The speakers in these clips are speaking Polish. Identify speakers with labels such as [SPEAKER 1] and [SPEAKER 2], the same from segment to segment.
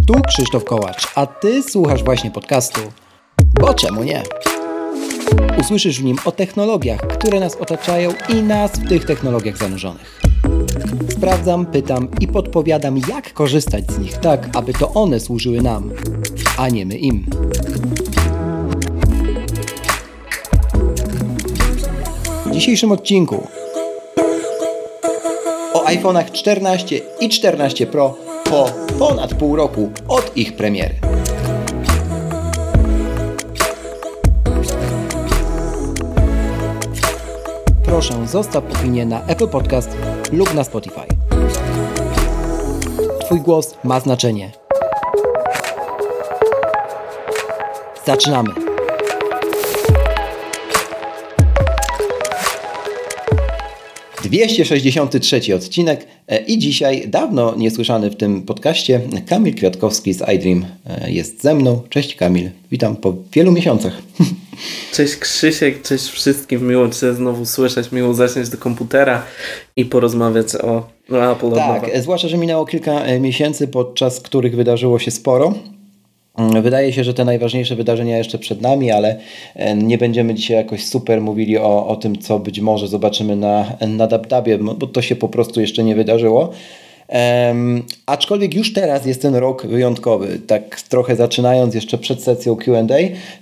[SPEAKER 1] Tu Krzysztof Kołacz, a Ty słuchasz właśnie podcastu Bo czemu nie? Usłyszysz w nim o technologiach, które nas otaczają i nas w tych technologiach zanurzonych. Sprawdzam, pytam i podpowiadam, jak korzystać z nich tak, aby to one służyły nam, a nie my im. W dzisiejszym odcinku o iPhone'ach 14 i 14 Pro po ponad pół roku od ich premiery. Proszę, zostaw opinię na Apple Podcast lub na Spotify. Twój głos ma znaczenie. Zaczynamy! ...263 odcinek i dzisiaj dawno niesłyszany w tym podcaście Kamil Kwiatkowski z iDream jest ze mną. Cześć Kamil, witam po wielu miesiącach.
[SPEAKER 2] Cześć Krzysiek, cześć wszystkim, miło Cię znowu słyszeć, miło zasiąść do komputera i porozmawiać o Apple.
[SPEAKER 1] Tak, zwłaszcza, że minęło kilka miesięcy, podczas których wydarzyło się sporo. Wydaje się, że te najważniejsze wydarzenia jeszcze przed nami, ale nie będziemy dzisiaj jakoś super mówili o tym, co być może zobaczymy na DubDubie, bo to się po prostu jeszcze nie wydarzyło. Aczkolwiek już teraz jest ten rok wyjątkowy. Tak trochę zaczynając jeszcze przed sesją Q&A,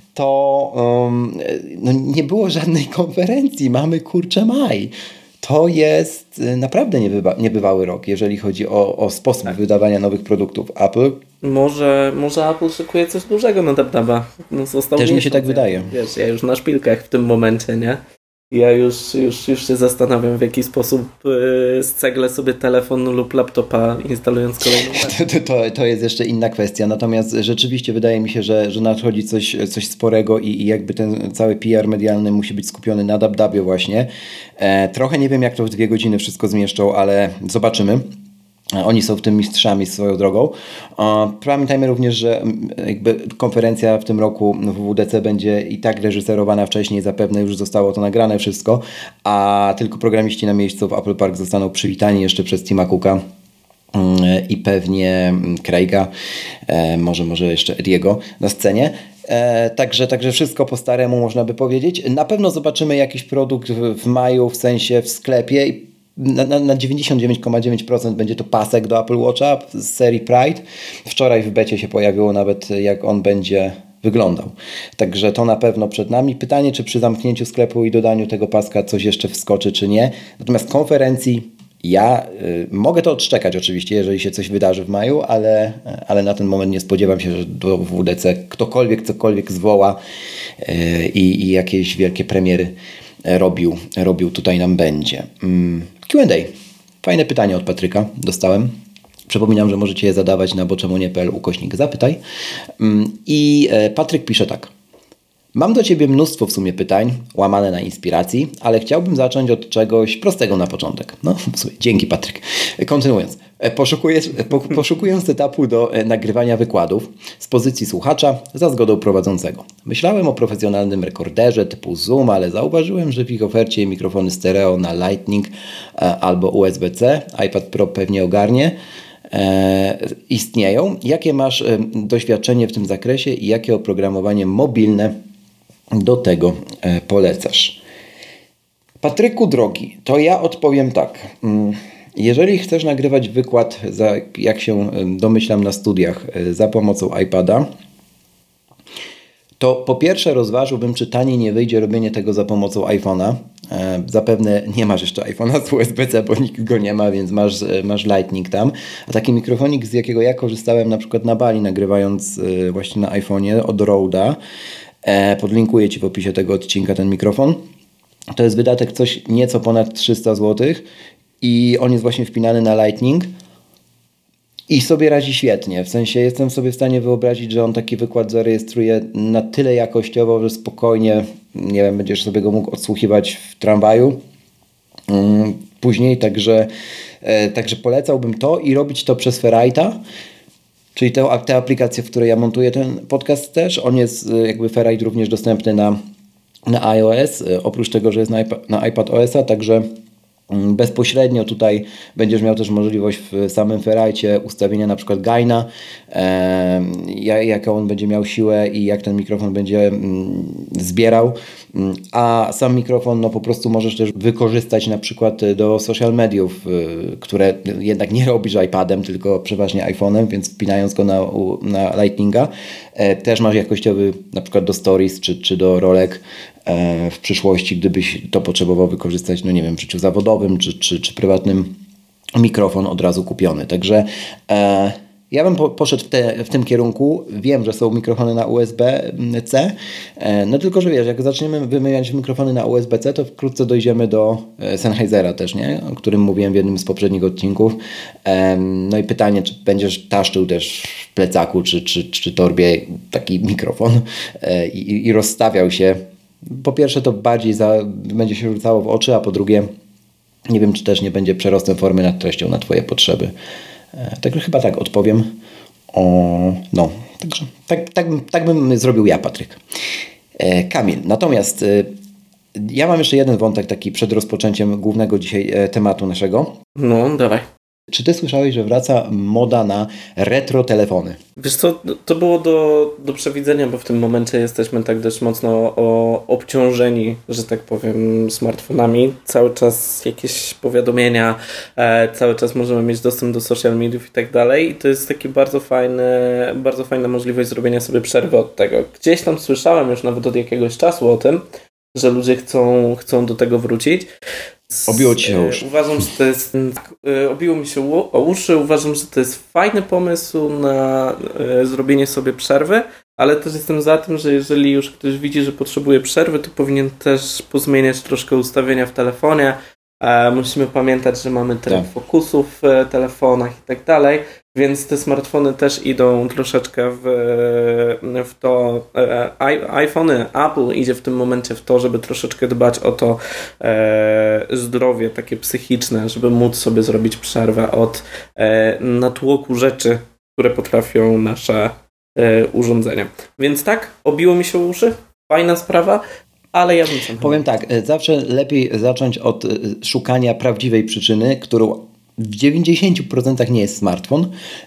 [SPEAKER 1] to nie było żadnej konferencji. Mamy kurczę maj. To jest naprawdę niebywały rok, jeżeli chodzi o sposób wydawania nowych produktów Apple.
[SPEAKER 2] Może Apple szykuje coś dużego na DubDuba.
[SPEAKER 1] Też mi się tak wydaje.
[SPEAKER 2] Wiesz, ja już na szpilkach w tym momencie, nie? Ja już się zastanawiam, w jaki sposób sceglę sobie telefon lub laptopa, instalując kolejną wersję.
[SPEAKER 1] To jest jeszcze inna kwestia. Natomiast rzeczywiście wydaje mi się, że nadchodzi coś sporego i jakby ten cały PR medialny musi być skupiony na DubDubie właśnie. Trochę nie wiem, jak to w 2 godziny wszystko zmieszczą, ale zobaczymy. Oni są w tym mistrzami swoją drogą. Pamiętajmy również, że jakby konferencja w tym roku w WWDC będzie i tak reżyserowana wcześniej, zapewne już zostało to nagrane wszystko, a tylko programiści na miejscu w Apple Park zostaną przywitani jeszcze przez Tima Cooka i pewnie Craiga, może jeszcze Ediego na scenie. Także wszystko po staremu można by powiedzieć. Na pewno zobaczymy jakiś produkt w maju, w sensie w sklepie. Na 99,9% będzie to pasek do Apple Watcha z serii Pride. Wczoraj w becie się pojawiło nawet, jak on będzie wyglądał. Także to na pewno przed nami. Pytanie, czy przy zamknięciu sklepu i dodaniu tego paska coś jeszcze wskoczy, czy nie. Natomiast konferencji ja mogę to odczekać oczywiście, jeżeli się coś wydarzy w maju, ale na ten moment nie spodziewam się, że do WWDC ktokolwiek cokolwiek zwoła i jakieś wielkie premiery robił tutaj nam będzie. Q&A. Fajne pytanie od Patryka dostałem. Przypominam, że możecie je zadawać na boczemunie.pl/zapytaj. I Patryk pisze tak. Mam do Ciebie mnóstwo w sumie pytań, łamane na inspiracji, ale chciałbym zacząć od czegoś prostego na początek. No, w sumie, dzięki Patryk. Kontynuując. Poszukuję setupu do nagrywania wykładów z pozycji słuchacza za zgodą prowadzącego. Myślałem o profesjonalnym rekorderze typu Zoom, ale zauważyłem, że w ich ofercie mikrofony stereo na Lightning albo USB-C, iPad Pro pewnie ogarnie, istnieją. Jakie masz doświadczenie w tym zakresie i jakie oprogramowanie mobilne do tego polecasz? Patryku drogi, to ja odpowiem tak. Jeżeli chcesz nagrywać wykład, jak się domyślam na studiach, za pomocą iPada, to po pierwsze rozważyłbym, czy taniej nie wyjdzie robienie tego za pomocą iPhone'a. Zapewne nie masz jeszcze iPhone'a z USB-C, bo nikt go nie ma, więc masz Lightning tam. A taki mikrofonik, z jakiego ja korzystałem na przykład na Bali, nagrywając właśnie na iPhone'ie od Rode'a, podlinkuję Ci w opisie tego odcinka ten mikrofon. To jest wydatek coś nieco ponad 300 zł i on jest właśnie wpinany na Lightning i sobie radzi świetnie. W sensie jestem sobie w stanie wyobrazić, że on taki wykład zarejestruje na tyle jakościowo, że spokojnie, nie wiem, będziesz sobie go mógł odsłuchiwać w tramwaju później, także polecałbym to i robić to przez Ferrite'a, czyli tę aplikację, w której ja montuję ten podcast też. On jest jakby Ferrite również dostępny na iOS, oprócz tego, że jest na iPad OS-a, także Bezpośrednio tutaj będziesz miał też możliwość w samym Ferrite ustawienia na przykład gaina, jaką on będzie miał siłę i jak ten mikrofon będzie zbierał, a sam mikrofon no po prostu możesz też wykorzystać na przykład do social mediów, które jednak nie robisz iPadem, tylko przeważnie iPhone'em, więc wpinając go na Lightninga też masz jakościowy na przykład do stories czy do rolek w przyszłości, gdybyś to potrzebował wykorzystać, no nie wiem, w życiu zawodowym czy prywatnym, mikrofon od razu kupiony. Także ja bym poszedł w tym kierunku. Wiem, że są mikrofony na USB-C, no tylko, że wiesz, jak zaczniemy wymieniać mikrofony na USB-C, to wkrótce dojdziemy do Sennheisera też, nie? O którym mówiłem w jednym z poprzednich odcinków. No i pytanie, czy będziesz taszczył też w plecaku czy torbie taki mikrofon i rozstawiał się. Po pierwsze to bardziej będzie się rzucało w oczy, a po drugie nie wiem, czy też nie będzie przerostem formy nad treścią na Twoje potrzeby. Także chyba tak odpowiem. No, także tak bym zrobił ja, Patryk. Kamil, natomiast ja mam jeszcze jeden wątek taki przed rozpoczęciem głównego dzisiaj tematu naszego.
[SPEAKER 2] No, dawaj.
[SPEAKER 1] Czy ty słyszałeś, że wraca moda na retro telefony?
[SPEAKER 2] Wiesz co, to było do przewidzenia, bo w tym momencie jesteśmy tak dość mocno obciążeni, że tak powiem, smartfonami. Cały czas jakieś powiadomienia, cały czas możemy mieć dostęp do social mediów i tak dalej. I to jest taki bardzo fajna możliwość zrobienia sobie przerwy od tego. Gdzieś tam słyszałem już nawet od jakiegoś czasu o tym, że ludzie chcą do tego wrócić.
[SPEAKER 1] Obiło ci się o uszy.
[SPEAKER 2] Uważam, że to jest... Obiło mi się o uszy. Uważam, że to jest fajny pomysł na zrobienie sobie przerwy, ale też jestem za tym, że jeżeli już ktoś widzi, że potrzebuje przerwy, to powinien też pozmieniać troszkę ustawienia w telefonie. Musimy pamiętać, że mamy tryb fokusu w telefonach i tak dalej, więc te smartfony też idą troszeczkę w to. iPhony, Apple idzie w tym momencie w to, żeby troszeczkę dbać o to zdrowie takie psychiczne, żeby móc sobie zrobić przerwę od natłoku rzeczy, które potrafią nasze urządzenia. Więc tak, obiło mi się uszy, fajna sprawa. Ale ja bym
[SPEAKER 1] powiem tak, zawsze lepiej zacząć od szukania prawdziwej przyczyny, którą w 90% nie jest smartfon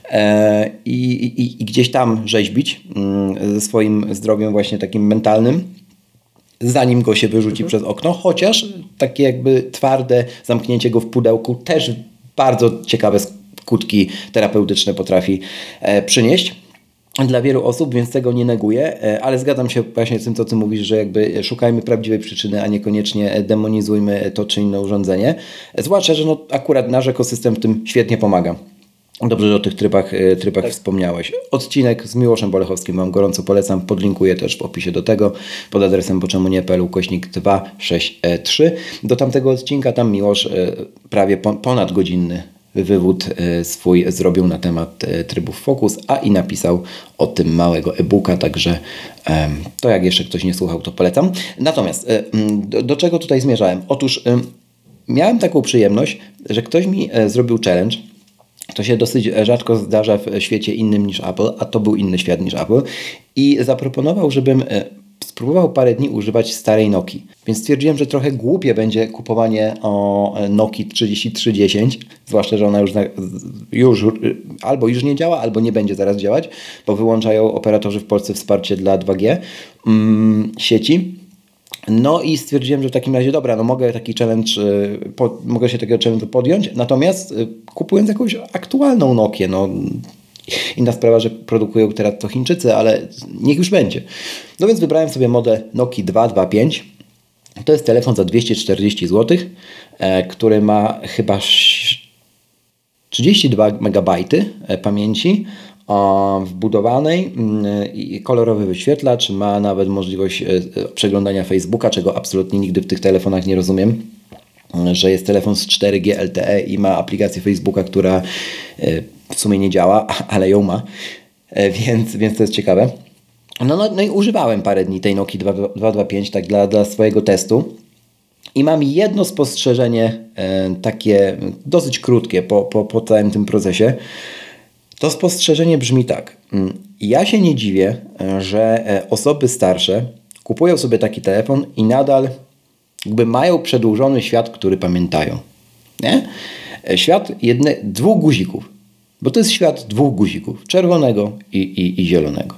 [SPEAKER 1] i gdzieś tam rzeźbić ze swoim zdrowiem właśnie takim mentalnym, zanim go się wyrzuci przez okno, chociaż takie jakby twarde zamknięcie go w pudełku też bardzo ciekawe skutki terapeutyczne potrafi przynieść dla wielu osób, więc tego nie neguję, ale zgadzam się właśnie z tym, co ty mówisz, że jakby szukajmy prawdziwej przyczyny, a niekoniecznie demonizujmy to czy inne urządzenie. Zwłaszcza, że no akurat nasz ekosystem w tym świetnie pomaga. Dobrze, że o tych trybach tak wspomniałeś. Odcinek z Miłoszem Bolechowskim wam gorąco polecam. Podlinkuję też w opisie do tego pod adresem poczemu-nie.pl/263. Do tamtego odcinka tam Miłosz prawie ponad godzinny wywód swój zrobił na temat trybów Focus, a i napisał o tym małego e-booka, także to jak jeszcze ktoś nie słuchał, to polecam. Natomiast do czego tutaj zmierzałem? Otóż miałem taką przyjemność, że ktoś mi zrobił challenge. To się dosyć rzadko zdarza w świecie innym niż Apple, a to był inny świat niż Apple i zaproponował, żebym spróbował parę dni używać starej Nokii. Więc stwierdziłem, że trochę głupie będzie kupowanie Nokii 3310, zwłaszcza, że ona już albo już nie działa, albo nie będzie zaraz działać, bo wyłączają operatorzy w Polsce wsparcie dla 2G sieci. No i stwierdziłem, że w takim razie dobra, no mogę taki challenge, mogę się takiego challenge'u podjąć, natomiast kupując jakąś aktualną Nokię, no inna sprawa, że produkują teraz to Chińczycy, ale niech już będzie. No więc wybrałem sobie model Nokii 225. To jest telefon za 240 zł, który ma chyba 32 MB pamięci wbudowanej i kolorowy wyświetlacz. Ma nawet możliwość przeglądania Facebooka, czego absolutnie nigdy w tych telefonach nie rozumiem, że jest telefon z 4G LTE i ma aplikację Facebooka, która w sumie nie działa, ale ją ma, więc to jest ciekawe. No i używałem parę dni tej Nokii 225 tak dla swojego testu i mam jedno spostrzeżenie takie dosyć krótkie po całym tym procesie. To spostrzeżenie brzmi tak. Ja się nie dziwię, że osoby starsze kupują sobie taki telefon i nadal jakby mają przedłużony świat, który pamiętają. nie? Świat dwóch guzików, bo to jest świat dwóch guzików, czerwonego i zielonego.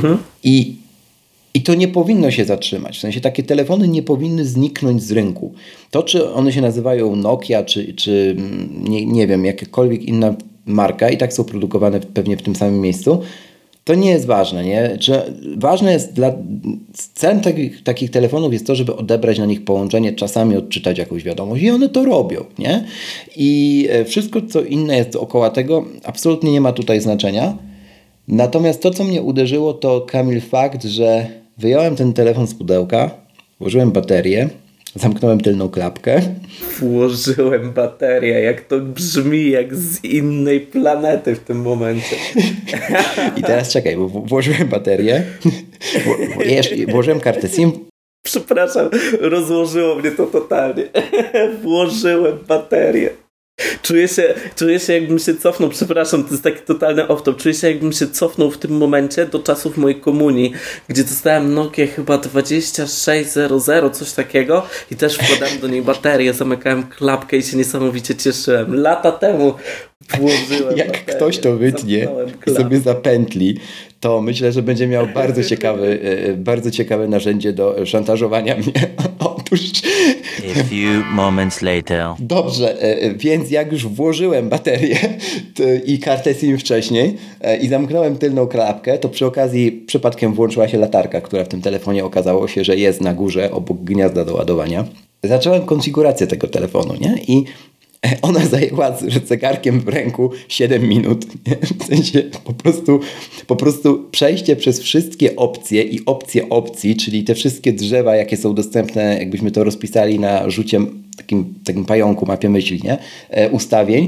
[SPEAKER 1] I to nie powinno się zatrzymać. W sensie takie telefony nie powinny zniknąć z rynku. To, czy one się nazywają Nokia, czy nie wiem, jakakolwiek inna marka i tak są produkowane pewnie w tym samym miejscu, to nie jest ważne, nie? Ważne jest celem takich telefonów jest to, żeby odebrać na nich połączenie, czasami odczytać jakąś wiadomość i one to robią, nie? I wszystko, co inne jest dookoła tego, absolutnie nie ma tutaj znaczenia. Natomiast to, co mnie uderzyło, to, Kamil, fakt, że wyjąłem ten telefon z pudełka, włożyłem baterię, zamknąłem tylną klapkę.
[SPEAKER 2] Włożyłem baterię, jak to brzmi jak z innej planety w tym momencie.
[SPEAKER 1] I teraz czekaj, bo włożyłem baterię, włożyłem kartę SIM.
[SPEAKER 2] Przepraszam, rozłożyło mnie to totalnie. Włożyłem baterię. Czuję się jakbym się cofnął, przepraszam, to jest taki totalny off-top, czuję się jakbym się cofnął w tym momencie do czasów mojej komunii, gdzie dostałem Nokię chyba 2600, coś takiego i też wkładałem do niej baterię, zamykałem klapkę i się niesamowicie cieszyłem. Lata temu włożyłem
[SPEAKER 1] Jak
[SPEAKER 2] baterię,
[SPEAKER 1] ktoś to wytnie i sobie zapętli, to myślę, że będzie miał bardzo ciekawe narzędzie do szantażowania mnie. Otóż...
[SPEAKER 3] A few moments later.
[SPEAKER 1] Dobrze, więc jak już włożyłem baterię i kartę SIM wcześniej i zamknąłem tylną klapkę, to przy okazji przypadkiem włączyła się latarka, która w tym telefonie okazało się, że jest na górze obok gniazda do ładowania. Zacząłem konfigurację tego telefonu, nie? I ona zajęła z zegarkiem w ręku 7 minut. Nie? W sensie po prostu przejście przez wszystkie opcje i opcje opcji, czyli te wszystkie drzewa, jakie są dostępne, jakbyśmy to rozpisali na rzucie takim pająku, mapie myśli, nie? Ustawień,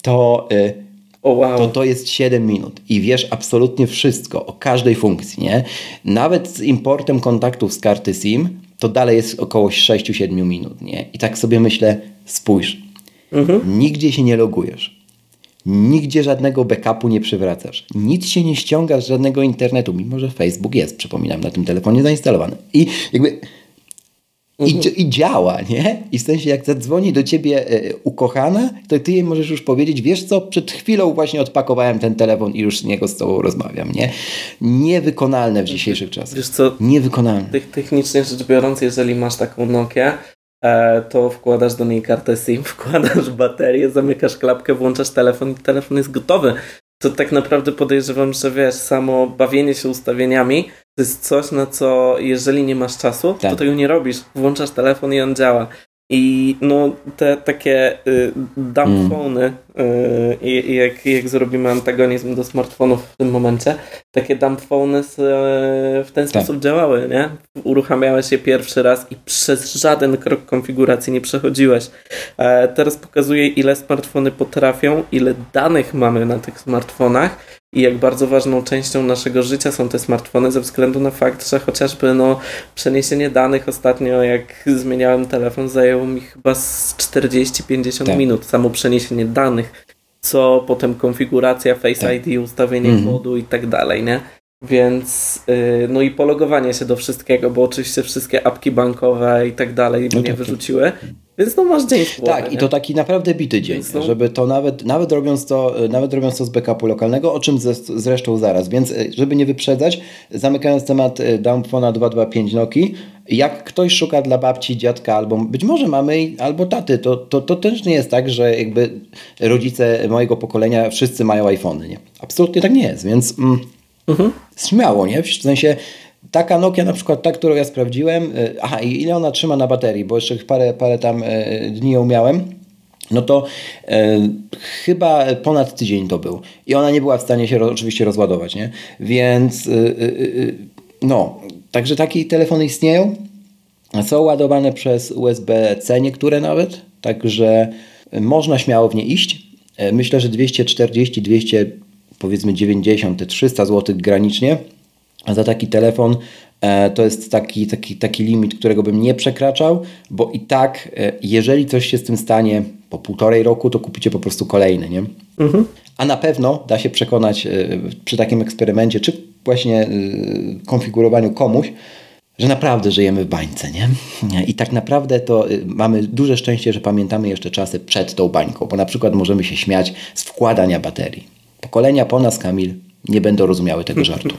[SPEAKER 1] to jest 7 minut i wiesz absolutnie wszystko o każdej funkcji, nie? Nawet z importem kontaktów z karty SIM to dalej jest około 6-7 minut, nie? I tak sobie myślę, spójrz, nigdzie się nie logujesz, nigdzie żadnego backupu nie przywracasz, nic się nie ściąga z żadnego internetu, mimo że Facebook jest, przypominam, na tym telefonie zainstalowany i jakby i działa, nie? I w sensie jak zadzwoni do ciebie ukochana, to ty jej możesz już powiedzieć, wiesz co, przed chwilą właśnie odpakowałem ten telefon i już z niego z tobą rozmawiam, nie? Niewykonalne w dzisiejszych czasach.
[SPEAKER 2] Wiesz co,
[SPEAKER 1] niewykonalne.
[SPEAKER 2] Technicznie rzecz biorąc, jeżeli masz taką Nokię, to wkładasz do niej kartę SIM, wkładasz baterię, zamykasz klapkę, włączasz telefon i telefon jest gotowy. To tak naprawdę podejrzewam, że wiesz, samo bawienie się ustawieniami to jest coś, na co jeżeli nie masz czasu, to tego nie robisz. Włączasz telefon i on działa. I no te takie dumb phony, jak zrobimy antagonizm do smartfonów w tym momencie, takie dumb phony w ten sposób działały, nie? Uruchamiałeś je pierwszy raz i przez żaden krok konfiguracji nie przechodziłeś. Teraz pokazuję, ile smartfony potrafią, ile danych mamy na tych smartfonach i jak bardzo ważną częścią naszego życia są te smartfony ze względu na fakt, że chociażby przeniesienie danych ostatnio, jak zmieniałem telefon, zajęło mi chyba z 40-50 minut samo przeniesienie danych, co potem konfiguracja Face ID, ustawienie kodu i tak dalej, nie? Więc no i pologowanie się do wszystkiego, bo oczywiście wszystkie apki bankowe i tak dalej mnie wyrzuciły. Więc no masz dzień w głowie.
[SPEAKER 1] Tak, i to taki naprawdę bity dzień, żeby to nawet robiąc to z backupu lokalnego, o czym zresztą zaraz. Więc żeby nie wyprzedzać, zamykając temat Dumbphona 225 Nokii, jak ktoś szuka dla babci, dziadka, albo być może mamy, albo taty, to też nie jest tak, że jakby rodzice mojego pokolenia wszyscy mają iPhony, nie? Absolutnie tak nie jest, więc śmiało, nie? W sensie taka Nokia na przykład, ta, którą ja sprawdziłem, i ile ona trzyma na baterii, bo jeszcze parę tam dni ją miałem, no to chyba ponad tydzień to był. I ona nie była w stanie się oczywiście rozładować, nie? Więc także takie telefony istnieją. Są ładowane przez USB-C niektóre nawet, także można śmiało w nie iść. Myślę, że 240, 200, powiedzmy 90, te 300 zł granicznie. A za taki telefon to jest taki limit, którego bym nie przekraczał, bo i tak, jeżeli coś się z tym stanie po 1,5 roku, to kupicie po prostu kolejny, nie? A na pewno da się przekonać przy takim eksperymencie, czy właśnie konfigurowaniu komuś, że naprawdę żyjemy w bańce, nie? I tak naprawdę to mamy duże szczęście, że pamiętamy jeszcze czasy przed tą bańką, bo na przykład możemy się śmiać z wkładania baterii. Pokolenia po nas, Kamil, nie będą rozumiały tego żartu.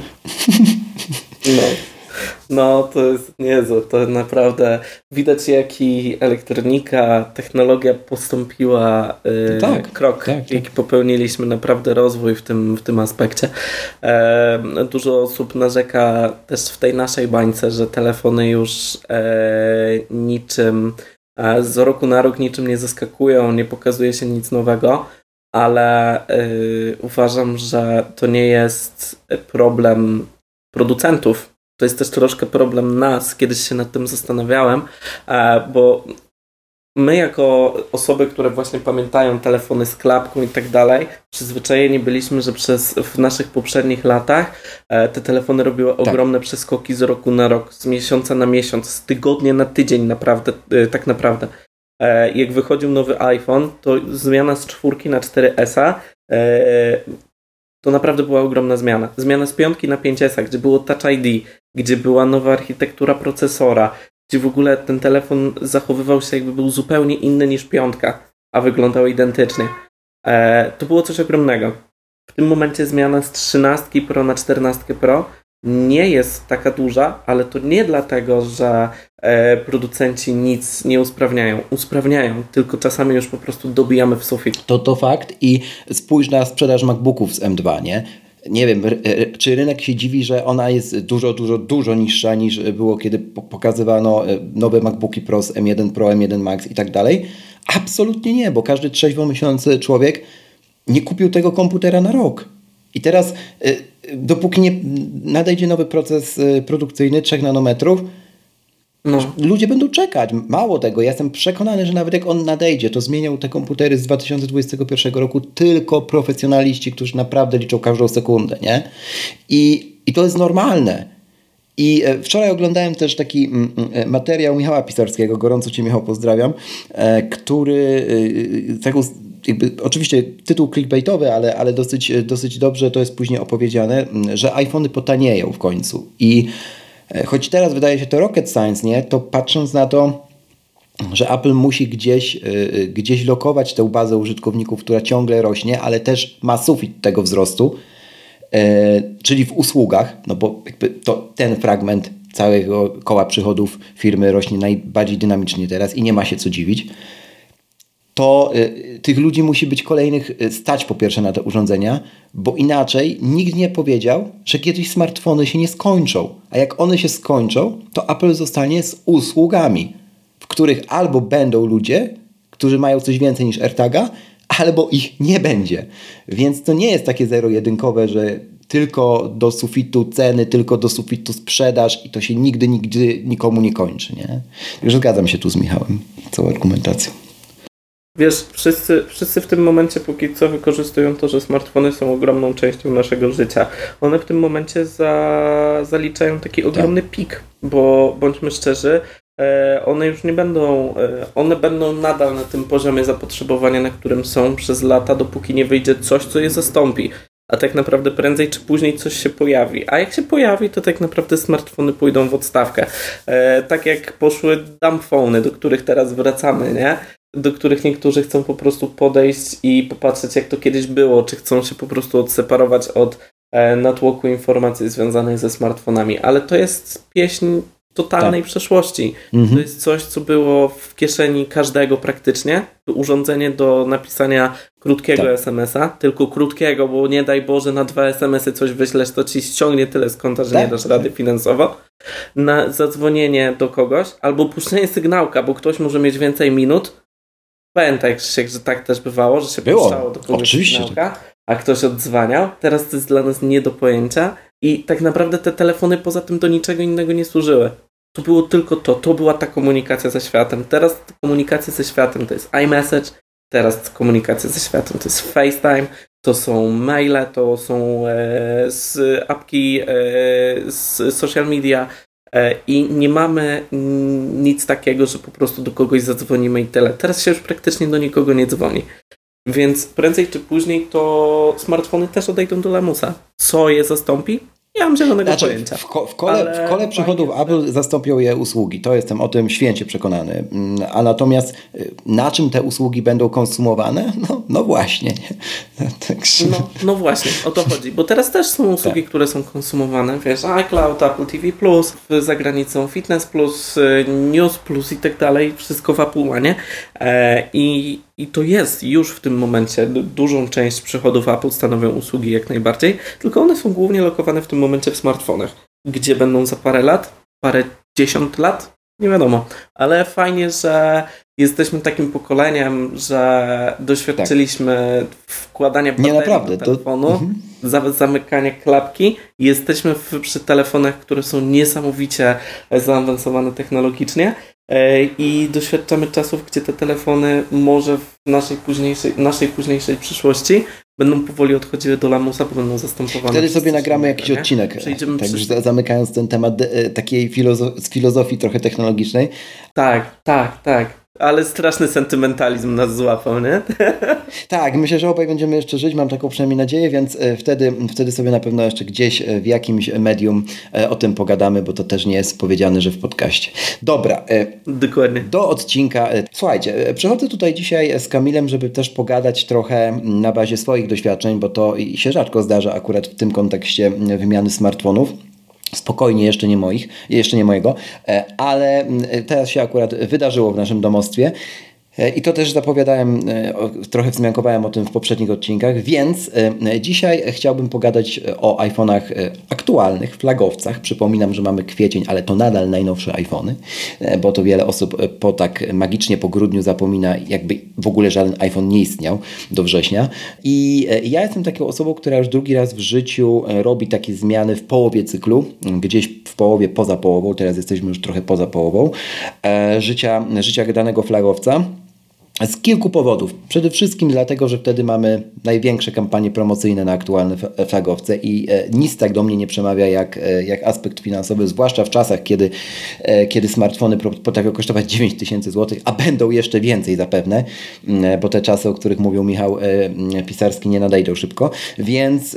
[SPEAKER 2] No, to jest niezłe. To naprawdę widać, jaki elektronika, technologia postąpiła krok, jaki popełniliśmy, naprawdę rozwój w tym aspekcie. Dużo osób narzeka też w tej naszej bańce, że telefony już niczym z roku na rok niczym nie zaskakują, nie pokazuje się nic nowego, ale uważam, że to nie jest problem producentów. To jest też troszkę problem nas, kiedyś się nad tym zastanawiałem, bo my jako osoby, które właśnie pamiętają telefony z klapką i tak dalej, przyzwyczajeni byliśmy, że w naszych poprzednich latach te telefony robiły ogromne przeskoki z roku na rok, z miesiąca na miesiąc, z tygodnia na tydzień naprawdę, tak naprawdę. Jak wychodził nowy iPhone, to zmiana z 4 na 4S-a to naprawdę była ogromna zmiana. Zmiana z 5 na 5S, gdzie było Touch ID, gdzie była nowa architektura procesora, gdzie w ogóle ten telefon zachowywał się jakby był zupełnie inny niż 5, a wyglądał identycznie. To było coś ogromnego. W tym momencie zmiana z 13 Pro na 14 Pro nie jest taka duża, ale to nie dlatego, że producenci nic nie usprawniają. Usprawniają, tylko czasami już po prostu dobijamy w sufit.
[SPEAKER 1] To fakt i spójrz na sprzedaż MacBooków z M2, nie? Nie wiem, czy rynek się dziwi, że ona jest dużo niższa niż było, kiedy pokazywano nowe MacBooki Pro z M1 Pro, M1 Max i tak dalej? Absolutnie nie, bo każdy trzeźwo myślący człowiek nie kupił tego komputera na rok. I teraz, dopóki nie nadejdzie nowy proces produkcyjny 3 nanometrów, ludzie będą czekać. Mało tego, ja jestem przekonany, że nawet jak on nadejdzie, to zmienią te komputery z 2021 roku tylko profesjonaliści, którzy naprawdę liczą każdą sekundę, nie? I to jest normalne. I wczoraj oglądałem też taki materiał Michała Pisarskiego, gorąco Cię, Michał, pozdrawiam, który taką oczywiście tytuł clickbaitowy, ale dosyć dobrze to jest później opowiedziane, że iPhony potanieją w końcu. I choć teraz wydaje się to rocket science, nie? To patrząc na to, że Apple musi gdzieś lokować tę bazę użytkowników, która ciągle rośnie, ale też ma sufit tego wzrostu, czyli w usługach, no bo jakby to ten fragment całego koła przychodów firmy rośnie najbardziej dynamicznie teraz i nie ma się co dziwić, to tych ludzi musi być kolejnych stać po pierwsze na te urządzenia, bo inaczej nikt nie powiedział, że kiedyś smartfony się nie skończą. A jak one się skończą, to Apple zostanie z usługami, w których albo będą ludzie, którzy mają coś więcej niż AirTaga, albo ich nie będzie. Więc to nie jest takie zero-jedynkowe, że tylko do sufitu ceny, tylko do sufitu sprzedaż i to się nigdy nikomu nie kończy. Nie? Także zgadzam się tu z Michałem, całą argumentacją.
[SPEAKER 2] Wiesz, wszyscy w tym momencie póki co wykorzystują to, że smartfony są ogromną częścią naszego życia. One w tym momencie zaliczają taki ogromny pik, bo bądźmy szczerzy, one już nie będą, one będą nadal na tym poziomie zapotrzebowania, na którym są przez lata, dopóki nie wyjdzie coś, co je zastąpi. A tak naprawdę prędzej czy później coś się pojawi. A jak się pojawi, to tak naprawdę smartfony pójdą w odstawkę. Tak jak poszły dumbphony, do których teraz wracamy, nie? Do których niektórzy chcą po prostu podejść i popatrzeć, jak to kiedyś było, czy chcą się po prostu odseparować od natłoku informacji związanych ze smartfonami. Ale to jest pieśń totalnej przeszłości. To jest coś, co było w kieszeni każdego praktycznie. Urządzenie do napisania krótkiego SMS-a, tylko krótkiego, bo nie daj Boże na 2 SMS-y coś wyślesz, to ci ściągnie tyle z konta, że nie dasz rady finansowo. Na zadzwonienie do kogoś, albo puszczenie sygnałka, bo ktoś może mieć więcej minut. Pamiętaj, Krzysiek, że tak też bywało, że się puszczało do kogoś sygnałka, a ktoś oddzwaniał. Teraz to jest dla nas nie do pojęcia i tak naprawdę te telefony poza tym do niczego innego nie służyły. To było tylko to była ta komunikacja ze światem. Teraz komunikacja ze światem to jest iMessage, teraz komunikacja ze światem to jest FaceTime, to są maile, to są z apki, z social media i nie mamy nic takiego, że po prostu do kogoś zadzwonimy i tyle. Teraz się już praktycznie do nikogo nie dzwoni. Więc prędzej czy później to smartfony też odejdą do lamusa. Co je zastąpi? Nie mam zielonego
[SPEAKER 1] Znaczy,
[SPEAKER 2] pojęcia.
[SPEAKER 1] w kole przychodów
[SPEAKER 2] fajnie,
[SPEAKER 1] Apple zastąpią je usługi. To jestem o tym święcie przekonany. A natomiast na czym te usługi będą konsumowane? No właśnie. Także...
[SPEAKER 2] No właśnie, o to chodzi. Bo teraz też są usługi, które są konsumowane. Wiesz, iCloud, Apple TV+, za granicą Fitness+, News+, i tak dalej. Wszystko w Apple One. I to jest już w tym momencie dużą część przychodów Apple stanowią usługi jak najbardziej, tylko one są głównie lokowane w tym momencie w smartfonach. Gdzie będą za parę lat? Parę dziesiąt lat? Nie wiadomo. Ale fajnie, że jesteśmy takim pokoleniem, że doświadczyliśmy wkładania baterii do telefonu, zamykania klapki i jesteśmy przy telefonach, które są niesamowicie zaawansowane technologicznie. I doświadczamy czasów, gdzie te telefony może w naszej późniejszej przyszłości będą powoli odchodziły do lamusa, bo będą zastępowane.
[SPEAKER 1] Wtedy sobie nagramy jakiś odcinek, tak już zamykając ten temat takiej filozofii trochę technologicznej.
[SPEAKER 2] Tak. Ale straszny sentymentalizm nas złapał, nie?
[SPEAKER 1] Tak, myślę, że obaj będziemy jeszcze żyć, mam taką przynajmniej nadzieję, więc wtedy sobie na pewno jeszcze gdzieś w jakimś medium o tym pogadamy, bo to też nie jest powiedziane, że w podcaście. Dobra.
[SPEAKER 2] Dokładnie.
[SPEAKER 1] Do odcinka. Słuchajcie, przychodzę tutaj dzisiaj z Kamilem, żeby też pogadać trochę na bazie swoich doświadczeń, bo to się rzadko zdarza akurat w tym kontekście wymiany smartfonów. Spokojnie, jeszcze nie mojego, ale teraz się akurat wydarzyło w naszym domostwie. I to też zapowiadałem, trochę wzmiankowałem o tym w poprzednich odcinkach, więc dzisiaj chciałbym pogadać o iPhone'ach aktualnych, flagowcach. Przypominam, że mamy kwiecień, ale to nadal najnowsze iPhony, bo to wiele osób magicznie po grudniu zapomina, jakby w ogóle żaden iPhone nie istniał do września. I ja jestem taką osobą, która już drugi raz w życiu robi takie zmiany w połowie cyklu, gdzieś w połowie poza połową, teraz jesteśmy już trochę poza połową, życia danego flagowca. Z kilku powodów. Przede wszystkim dlatego, że wtedy mamy największe kampanie promocyjne na aktualne flagowce i nic tak do mnie nie przemawia jak aspekt finansowy, zwłaszcza w czasach, kiedy smartfony potrafią kosztować 9000 zł, a będą jeszcze więcej zapewne, bo te czasy, o których mówił Michał Pisarski, nie nadejdą szybko, więc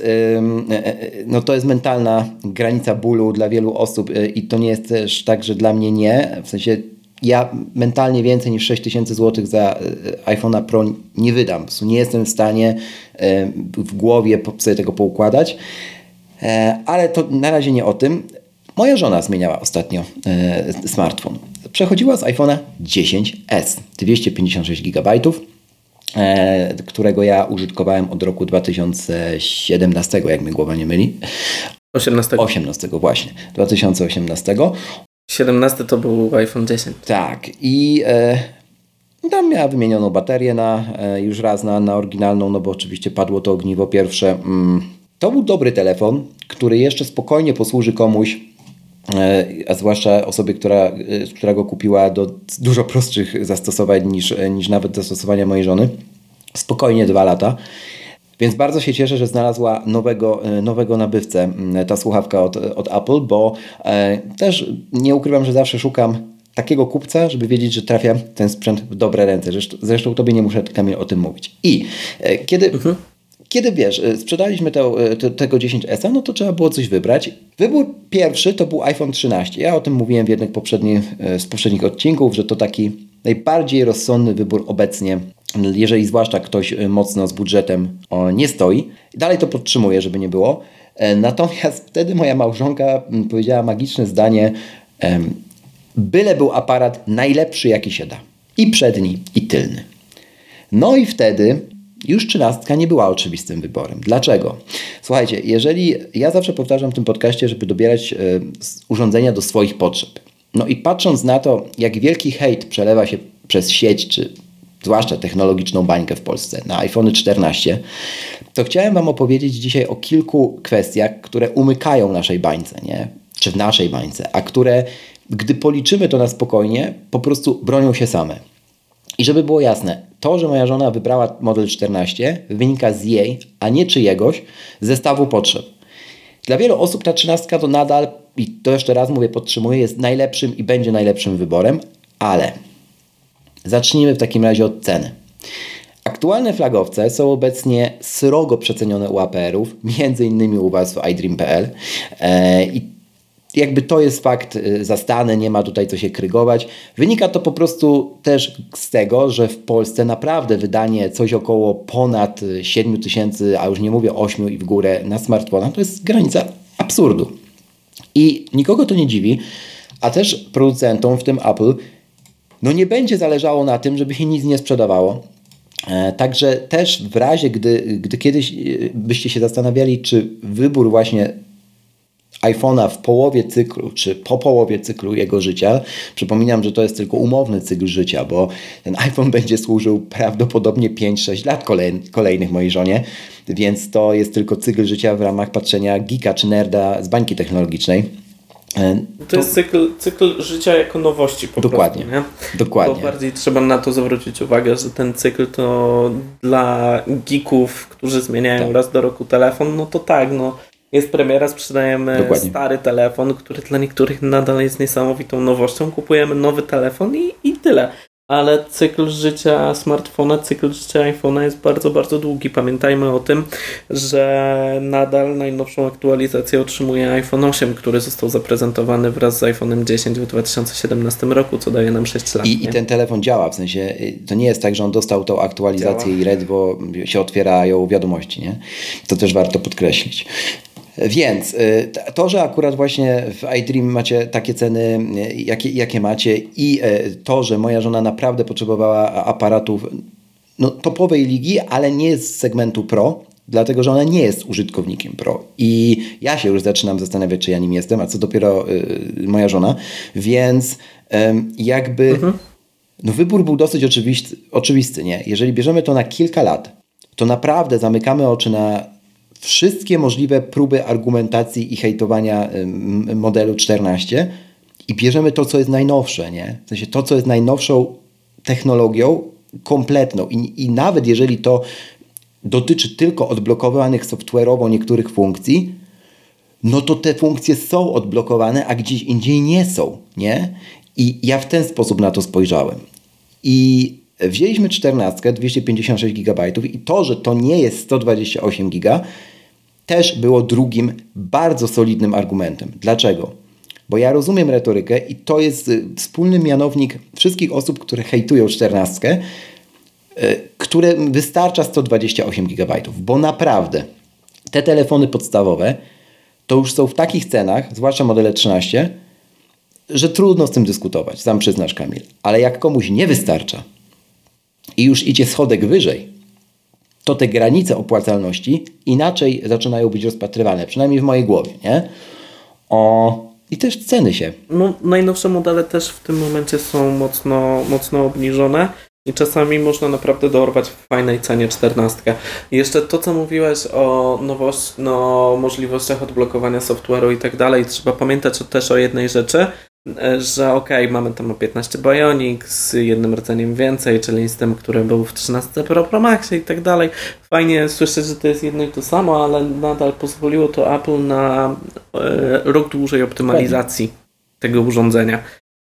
[SPEAKER 1] no to jest mentalna granica bólu dla wielu osób i to nie jest też tak, że dla mnie nie, w sensie ja mentalnie więcej niż 6000 zł za iPhone'a Pro nie wydam. Nie jestem w stanie w głowie sobie tego poukładać. Ale to na razie nie o tym. Moja żona zmieniała ostatnio smartfon. Przechodziła z iPhone'a 10s, 256 GB, którego ja użytkowałem od roku 2017, jak mnie głowa nie myli. 18 właśnie, 2018.
[SPEAKER 2] 17 to był iPhone 10.
[SPEAKER 1] Tak i tam miała wymienioną baterię już raz na oryginalną, no bo oczywiście padło to ogniwo pierwsze. To był dobry telefon, który jeszcze spokojnie posłuży komuś, a zwłaszcza osobie, która go kupiła do dużo prostszych zastosowań niż nawet zastosowania mojej żony. Spokojnie 2 lata. Więc bardzo się cieszę, że znalazła nowego nabywcę ta słuchawka od Apple, bo też nie ukrywam, że zawsze szukam takiego kupca, żeby wiedzieć, że trafia ten sprzęt w dobre ręce. Zresztą tobie nie muszę, Kamil, o tym mówić. I kiedy wiesz, sprzedaliśmy tego 10S, no to trzeba było coś wybrać. Wybór pierwszy to był iPhone 13. Ja o tym mówiłem w jednym z poprzednich odcinków, że to taki najbardziej rozsądny wybór obecnie, jeżeli zwłaszcza ktoś mocno z budżetem nie stoi. Dalej to podtrzymuję, żeby nie było. Natomiast wtedy moja małżonka powiedziała magiczne zdanie: byle był aparat najlepszy, jaki się da. I przedni, i tylny. No i wtedy już 13 nie była oczywistym wyborem. Dlaczego? Słuchajcie, ja zawsze powtarzam w tym podcaście, żeby dobierać urządzenia do swoich potrzeb. No i patrząc na to, jak wielki hejt przelewa się przez sieć, czy zwłaszcza technologiczną bańkę w Polsce na iPhone 14, to chciałem Wam opowiedzieć dzisiaj o kilku kwestiach, które umykają naszej bańce, nie? Czy w naszej bańce, a które, gdy policzymy to na spokojnie, po prostu bronią się same. I żeby było jasne, to, że moja żona wybrała model 14, wynika z jej, a nie czyjegoś, zestawu potrzeb. Dla wielu osób ta 13 to nadal, i to jeszcze raz mówię, podtrzymuję, jest najlepszym i będzie najlepszym wyborem, ale zacznijmy w takim razie od ceny. Aktualne flagowce są obecnie srogo przecenione u APR-ów, między innymi u Was w iDream.pl i jakby to jest fakt zastany, nie ma tutaj co się krygować. Wynika to po prostu też z tego, że w Polsce naprawdę wydanie coś około ponad 7 tysięcy, a już nie mówię 8 i w górę na smartfona, to jest granica absurdu. I nikogo to nie dziwi, a też producentom, w tym Apple, no nie będzie zależało na tym, żeby się nic nie sprzedawało. Także też w razie, gdy kiedyś byście się zastanawiali, czy wybór właśnie iPhone'a w połowie cyklu, czy po połowie cyklu jego życia, przypominam, że to jest tylko umowny cykl życia, bo ten iPhone będzie służył prawdopodobnie 5-6 lat kolejnych mojej żonie, więc to jest tylko cykl życia w ramach patrzenia geeka czy nerda z bańki technologicznej.
[SPEAKER 2] To jest cykl życia jako nowości po
[SPEAKER 1] Dokładnie.
[SPEAKER 2] prostu. Nie?
[SPEAKER 1] Dokładnie.
[SPEAKER 2] Bo bardziej trzeba na to zwrócić uwagę, że ten cykl to dla geeków, którzy zmieniają raz do roku telefon, no to tak, no jest premiera, sprzedajemy stary telefon, który dla niektórych nadal jest niesamowitą nowością, kupujemy nowy telefon i tyle. Ale cykl życia smartfona, cykl życia iPhone'a jest bardzo, bardzo długi. Pamiętajmy o tym, że nadal najnowszą aktualizację otrzymuje iPhone 8, który został zaprezentowany wraz z iPhone'em 10 w 2017 roku, co daje nam 6 lat.
[SPEAKER 1] I ten telefon działa, w sensie to nie jest tak, że on dostał tą aktualizację i ledwo się otwierają wiadomości, nie? To też warto podkreślić. Więc to, że akurat właśnie w iDream macie takie ceny, jakie macie i to, że moja żona naprawdę potrzebowała aparatów topowej ligi, ale nie z segmentu Pro, dlatego, że ona nie jest użytkownikiem Pro. I ja się już zaczynam zastanawiać, czy ja nim jestem, a co dopiero moja żona. Więc wybór był dosyć oczywisty, nie? Jeżeli bierzemy to na kilka lat, to naprawdę zamykamy oczy na wszystkie możliwe próby argumentacji i hejtowania modelu 14 i bierzemy to, co jest najnowsze, nie? W sensie to, co jest najnowszą technologią kompletną i nawet jeżeli to dotyczy tylko odblokowanych software'owo niektórych funkcji, no to te funkcje są odblokowane, a gdzieś indziej nie są, nie? I ja w ten sposób na to spojrzałem. I wzięliśmy 14, 256 GB i to, że to nie jest 128 GB, też było drugim bardzo solidnym argumentem. Dlaczego? Bo ja rozumiem retorykę i to jest wspólny mianownik wszystkich osób, które hejtują 14, które wystarcza 128 GB, bo naprawdę te telefony podstawowe to już są w takich cenach, zwłaszcza modele 13, że trudno z tym dyskutować, sam przyznasz, Kamil. Ale jak komuś nie wystarcza i już idzie schodek wyżej, to te granice opłacalności inaczej zaczynają być rozpatrywane, przynajmniej w mojej głowie, nie? I też ceny się.
[SPEAKER 2] No, najnowsze modele też w tym momencie są mocno obniżone i czasami można naprawdę dorwać w fajnej cenie 14. I jeszcze to, co mówiłeś o możliwościach odblokowania software'u i tak dalej, trzeba pamiętać też o jednej rzeczy, że mamy tam 15 Bionic z jednym rdzeniem więcej, czyli z tym, który był w 13 Pro Maxie i tak dalej. Fajnie słyszeć, że to jest jedno i to samo, ale nadal pozwoliło to Apple na rok dłużej optymalizacji tego urządzenia.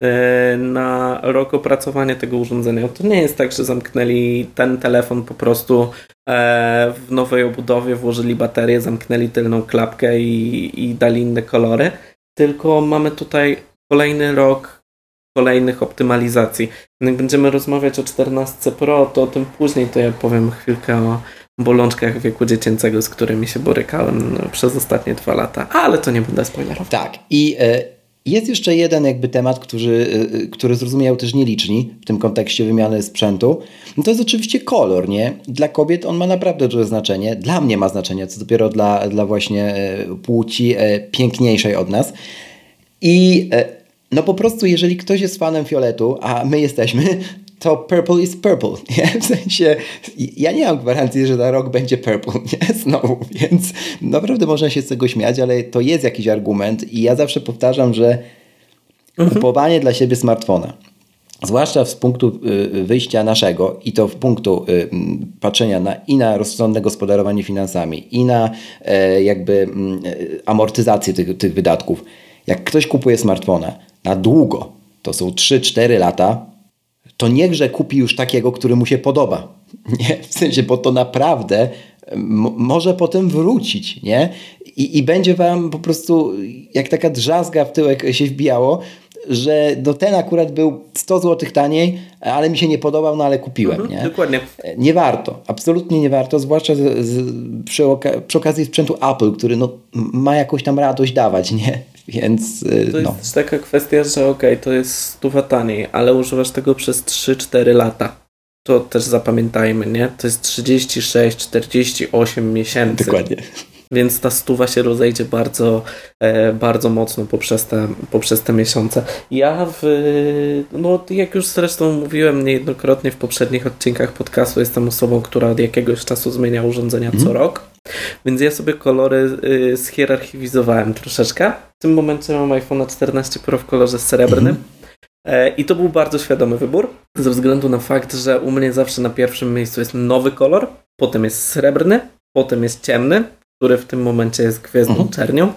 [SPEAKER 2] Na rok opracowania tego urządzenia. To nie jest tak, że zamknęli ten telefon po prostu w nowej obudowie, włożyli baterię, zamknęli tylną klapkę i dali inne kolory, tylko mamy tutaj kolejny rok kolejnych optymalizacji. Jak będziemy rozmawiać o 14 Pro, to o tym później, to ja powiem chwilkę o bolączkach wieku dziecięcego, z którymi się borykałem przez ostatnie 2 lata, ale to nie będę spoilerował.
[SPEAKER 1] Tak, i jest jeszcze jeden temat, który zrozumiał też nieliczni w tym kontekście wymiany sprzętu. No to jest oczywiście kolor, nie? Dla kobiet on ma naprawdę duże znaczenie. Dla mnie ma znaczenie, co dopiero dla właśnie płci piękniejszej od nas. I no po prostu, jeżeli ktoś jest fanem fioletu, a my jesteśmy, to purple is purple, nie? W sensie, ja nie mam gwarancji, że za rok będzie purple, nie? Znowu, więc naprawdę można się z tego śmiać, ale to jest jakiś argument i ja zawsze powtarzam, że kupowanie dla siebie smartfona, zwłaszcza z punktu wyjścia naszego i to w punktu patrzenia na rozsądne gospodarowanie finansami i na amortyzację tych wydatków. Jak ktoś kupuje smartfona na długo, to są 3-4 lata, to niechże kupi już takiego, który mu się podoba. nie? W sensie, bo to naprawdę może potem wrócić, nie? I będzie wam po prostu jak taka drzazga w tyłek się wbijało, że no ten akurat był 100 zł taniej, ale mi się nie podobał, no ale kupiłem, nie?
[SPEAKER 2] Dokładnie.
[SPEAKER 1] Nie warto, absolutnie nie warto, zwłaszcza przy okazji sprzętu Apple, który no, ma jakąś tam radość dawać, nie? Więc
[SPEAKER 2] To jest też taka kwestia, że to jest 100 taniej, ale używasz tego przez 3-4 lata. To też zapamiętajmy, nie? To jest 36-48 miesięcy.
[SPEAKER 1] Dokładnie.
[SPEAKER 2] Więc ta 100 się rozejdzie bardzo, bardzo mocno poprzez te miesiące. Ja jak już zresztą mówiłem niejednokrotnie w poprzednich odcinkach podcastu, jestem osobą, która od jakiegoś czasu zmienia urządzenia co rok. Więc ja sobie kolory schierarchiwizowałem troszeczkę. W tym momencie mam iPhone 14 Pro w kolorze srebrnym. I to był bardzo świadomy wybór, ze względu na fakt, że u mnie zawsze na pierwszym miejscu jest nowy kolor, potem jest srebrny, potem jest ciemny, który w tym momencie jest gwiezdną czernią,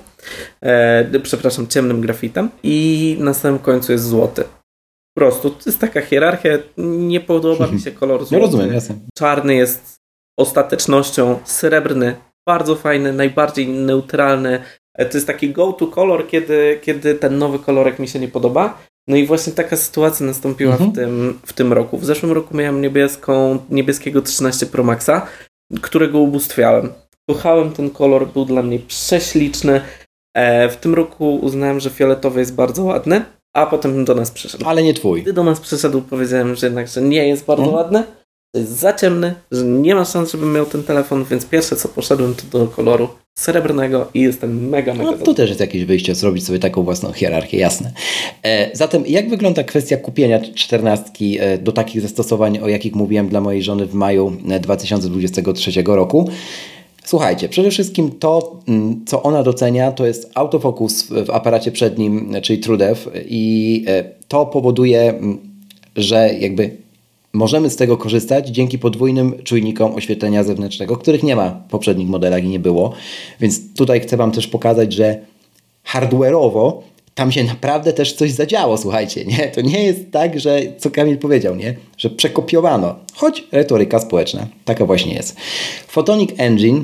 [SPEAKER 2] ciemnym grafitem i na samym końcu jest złoty. Po prostu to jest taka hierarchia, nie podoba mi się kolor złoty.
[SPEAKER 1] No rozumiem, jasne.
[SPEAKER 2] Czarny jest ostatecznością, srebrny bardzo fajny, najbardziej neutralny. To jest taki go-to kolor, kiedy ten nowy kolorek mi się nie podoba. No i właśnie taka sytuacja nastąpiła w tym roku. W zeszłym roku miałem niebieskiego 13 Pro Maxa, którego ubóstwiałem. Kochałem ten kolor, był dla mnie prześliczny. W tym roku uznałem, że fioletowy jest bardzo ładny, a potem do nas przyszedł.
[SPEAKER 1] Ale nie twój.
[SPEAKER 2] Gdy do nas przyszedł, powiedziałem, że jednak, że nie jest bardzo ładny, że jest za ciemny, że nie ma szans, żebym miał ten telefon, więc pierwsze co poszedłem to do koloru srebrnego i jestem mega
[SPEAKER 1] No to też jest jakieś wyjście, zrobić sobie taką własną hierarchię, jasne. Zatem jak wygląda kwestia kupienia 14 do takich zastosowań, o jakich mówiłem dla mojej żony w maju 2023 roku? Słuchajcie, przede wszystkim to, co ona docenia, to jest autofokus w aparacie przednim, czyli TrueDepth i to powoduje, że jakby możemy z tego korzystać dzięki podwójnym czujnikom oświetlenia zewnętrznego, których nie ma w poprzednich modelach i nie było. Więc tutaj chcę wam też pokazać, że hardware'owo tam się naprawdę też coś zadziało, słuchajcie, nie? To nie jest tak, że co Kamil powiedział, nie? Że przekopiowano, choć retoryka społeczna, taka właśnie jest. Photonic Engine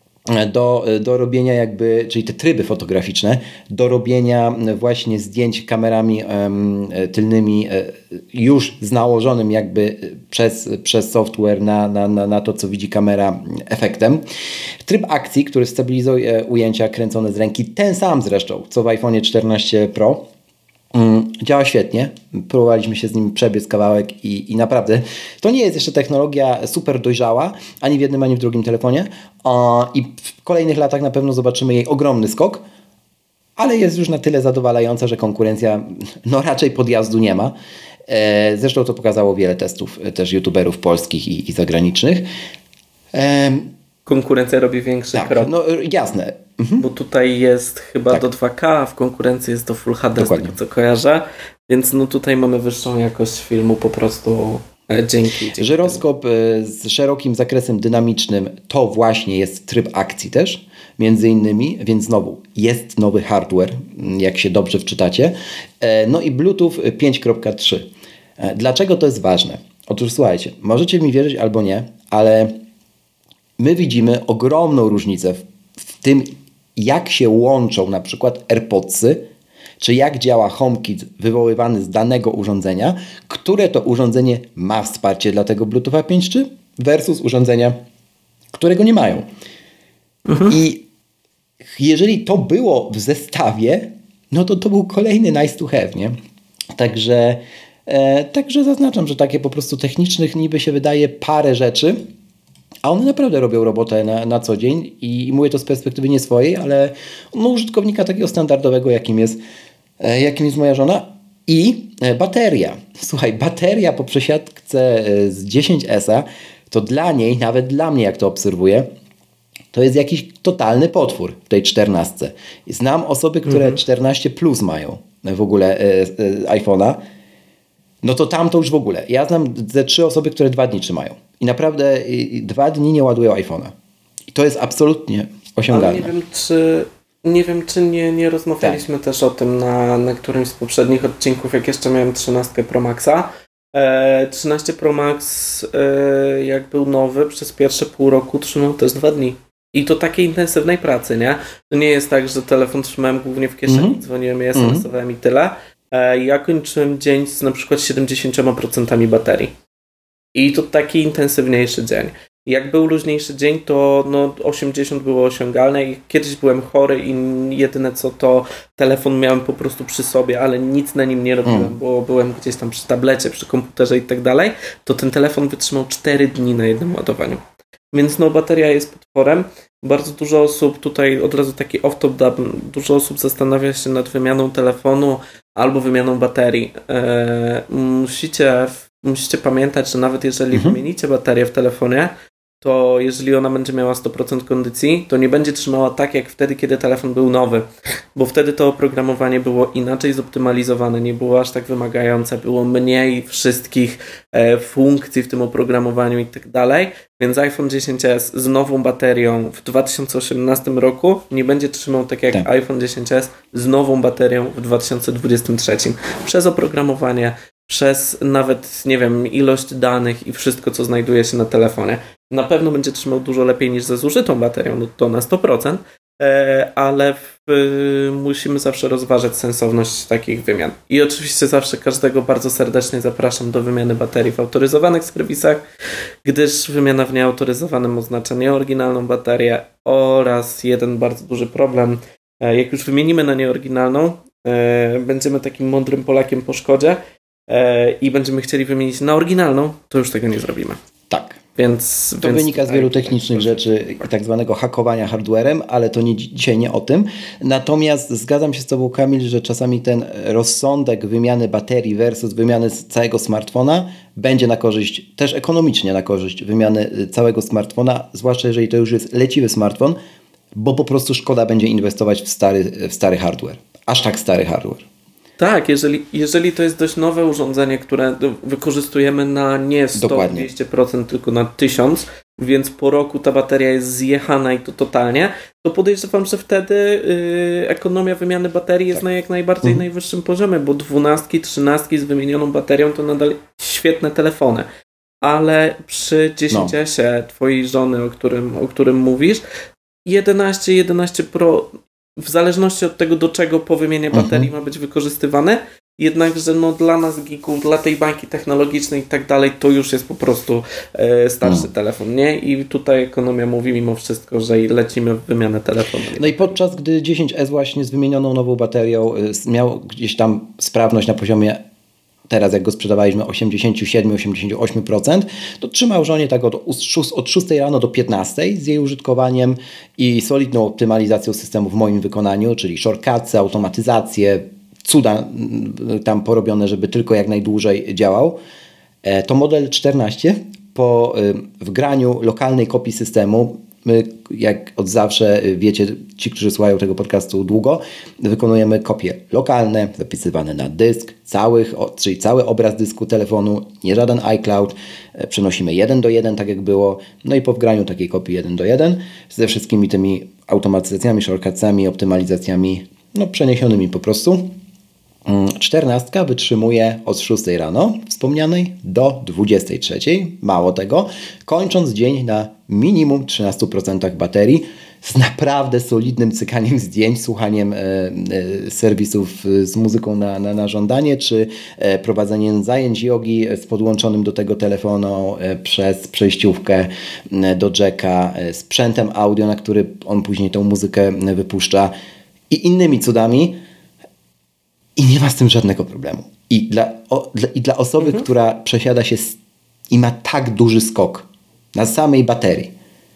[SPEAKER 1] do robienia jakby, czyli te tryby fotograficzne, do robienia właśnie zdjęć kamerami tylnymi już z nałożonym jakby przez software na to, co widzi kamera efektem. Tryb akcji, który stabilizuje ujęcia kręcone z ręki, ten sam zresztą, co w iPhone 14 Pro. Działa świetnie. Próbowaliśmy się z nim przebiec kawałek i naprawdę to nie jest jeszcze technologia super dojrzała, ani w jednym, ani w drugim telefonie. I w kolejnych latach na pewno zobaczymy jej ogromny skok, ale jest już na tyle zadowalająca, że konkurencja no raczej podjazdu nie ma. Zresztą to pokazało wiele testów też youtuberów polskich i zagranicznych.
[SPEAKER 2] Konkurencja robi większy krok.
[SPEAKER 1] No jasne.
[SPEAKER 2] Bo tutaj jest chyba do 2K, a w konkurencji jest to Full HD, z tego co kojarzę. Więc no tutaj mamy wyższą jakość filmu po prostu dzięki
[SPEAKER 1] Żyroskop z szerokim zakresem dynamicznym to właśnie jest tryb akcji też, między innymi, więc znowu jest nowy hardware, jak się dobrze wczytacie. No i Bluetooth 5.3. Dlaczego to jest ważne? Otóż słuchajcie, możecie mi wierzyć albo nie, ale my widzimy ogromną różnicę w tym, jak się łączą na przykład AirPodsy, czy jak działa HomeKit wywoływany z danego urządzenia, które to urządzenie ma wsparcie dla tego Bluetootha 5.3 versus urządzenia, którego nie mają. I jeżeli to było w zestawie, no to był kolejny nice to have, nie? Także zaznaczam, że takie po prostu technicznych niby się wydaje parę rzeczy, a one naprawdę robią robotę na co dzień i mówię to z perspektywy nie swojej, ale no, użytkownika takiego standardowego, jakim jest moja żona. I bateria. Słuchaj, bateria po przesiadce z 10S to dla niej, nawet dla mnie jak to obserwuję, to jest jakiś totalny potwór w tej 14. Znam osoby, które 14 plus mają w ogóle iPhone'a. No to tam to już w ogóle. Ja znam ze 3 osoby, które 2 dni trzymają. I naprawdę 2 dni nie ładują iPhone'a. I to jest absolutnie osiągalne.
[SPEAKER 2] Ale nie wiem, czy nie rozmawialiśmy też o tym na którymś z poprzednich odcinków, jak jeszcze miałem 13 Pro Maxa. 13 Pro Max, jak był nowy, przez pierwsze pół roku trzymał też 2 dni. I to takiej intensywnej pracy, nie? To nie jest tak, że telefon trzymałem głównie w kieszeni, dzwoniłem i SMS-owałem i tyle. Ja kończyłem dzień z na przykład 70% baterii. I to taki intensywniejszy dzień. Jak był luźniejszy dzień, to 80 było osiągalne i kiedyś byłem chory i jedyne co to telefon miałem po prostu przy sobie, ale nic na nim nie robiłem, bo byłem gdzieś tam przy tablecie, przy komputerze i tak dalej, to ten telefon wytrzymał 4 dni na jednym ładowaniu. Więc bateria jest potworem. Bardzo dużo osób, tutaj od razu taki off-top, dużo osób zastanawia się nad wymianą telefonu albo wymianą baterii. Musicie pamiętać, że nawet jeżeli wymienicie baterię w telefonie, to jeżeli ona będzie miała 100% kondycji, to nie będzie trzymała tak jak wtedy, kiedy telefon był nowy, bo wtedy to oprogramowanie było inaczej zoptymalizowane, nie było aż tak wymagające, było mniej wszystkich funkcji w tym oprogramowaniu i tak dalej, więc iPhone XS z nową baterią w 2018 roku nie będzie trzymał tak jak iPhone XS z nową baterią w 2023. Przez oprogramowanie, przez nawet, nie wiem, ilość danych i wszystko, co znajduje się na telefonie. Na pewno będzie trzymał dużo lepiej niż ze zużytą baterią, to na 100%, ale musimy zawsze rozważać sensowność takich wymian. I oczywiście zawsze każdego bardzo serdecznie zapraszam do wymiany baterii w autoryzowanych serwisach, gdyż wymiana w nieautoryzowanym oznacza nieoryginalną baterię oraz jeden bardzo duży problem. Jak już wymienimy na nieoryginalną, będziemy takim mądrym Polakiem po szkodzie, i będziemy chcieli wymienić na oryginalną, to już tego nie zrobimy.
[SPEAKER 1] Tak.
[SPEAKER 2] Więc
[SPEAKER 1] wynika z wielu technicznych rzeczy, tak zwanego hakowania hardwarem, ale to dzisiaj nie o tym. Natomiast zgadzam się z Tobą, Kamil, że czasami ten rozsądek wymiany baterii versus wymiany całego smartfona będzie na korzyść, też ekonomicznie na korzyść wymiany całego smartfona, zwłaszcza jeżeli to już jest leciwy smartfon, bo po prostu szkoda będzie inwestować w stary hardware. Aż tak stary hardware.
[SPEAKER 2] Tak, jeżeli to jest dość nowe urządzenie, które wykorzystujemy na nie 100-200%, tylko na 1000, więc po roku ta bateria jest zjechana i to totalnie, to podejrzewam, że wtedy ekonomia wymiany baterii jest na jak najbardziej najwyższym poziomie, bo 12, 13 z wymienioną baterią to nadal świetne telefony. Ale przy 10S twojej żony, o którym mówisz, 11 Pro, w zależności od tego, do czego po wymianie baterii ma być wykorzystywane, jednakże dla nas geeków, dla tej bańki technologicznej i tak dalej, to już jest po prostu starszy telefon, nie? I tutaj ekonomia mówi mimo wszystko, że lecimy w wymianę telefonu.
[SPEAKER 1] No i podczas gdy 10S właśnie z wymienioną nową baterią miał gdzieś tam sprawność na poziomie, teraz jak go sprzedawaliśmy, 87-88%, to trzymał żonie tak od 6 rano do 15 z jej użytkowaniem i solidną optymalizacją systemu w moim wykonaniu, czyli shortcutsy, automatyzację, cuda tam porobione, żeby tylko jak najdłużej działał. To model 14 po wgraniu lokalnej kopii systemu, my jak od zawsze wiecie, ci, którzy słuchają tego podcastu długo, wykonujemy kopie lokalne, zapisywane na dysk, czyli cały obraz dysku telefonu, nie żaden iCloud, przenosimy 1:1, tak jak było, no i po wgraniu takiej kopii 1:1 ze wszystkimi tymi automatyzacjami, shortcutsami, optymalizacjami, przeniesionymi po prostu. 14 wytrzymuje od 6 rano wspomnianej do 23. Mało tego, kończąc dzień na minimum 13% baterii z naprawdę solidnym cykaniem zdjęć, słuchaniem serwisów z muzyką na żądanie, czy prowadzeniem zajęć jogi z podłączonym do tego telefonu przez przejściówkę do jacka, sprzętem audio, na który on później tą muzykę wypuszcza i innymi cudami. I nie ma z tym żadnego problemu. I dla osoby, która przesiada się i ma tak duży skok na samej baterii,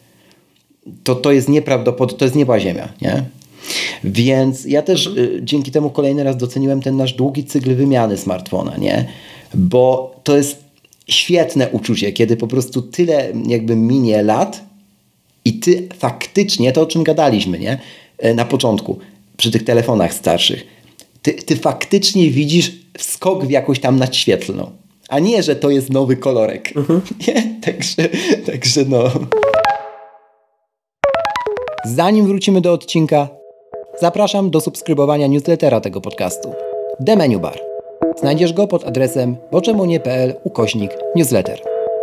[SPEAKER 1] to jest nieprawdopodobne, to jest nieba ziemia, nie? Więc ja też dzięki temu kolejny raz doceniłem ten nasz długi cykl wymiany smartfona, nie? Bo to jest świetne uczucie, kiedy po prostu tyle jakby minie lat i ty faktycznie, to o czym gadaliśmy, nie? Na początku, przy tych telefonach starszych, ty faktycznie widzisz skok w jakąś tam nadświetlną. A nie, że to jest nowy kolorek. Nie? Także no. Zanim wrócimy do odcinka, zapraszam do subskrybowania newslettera tego podcastu. The Menu Bar. Znajdziesz go pod adresem boczemunie.pl/newsletter.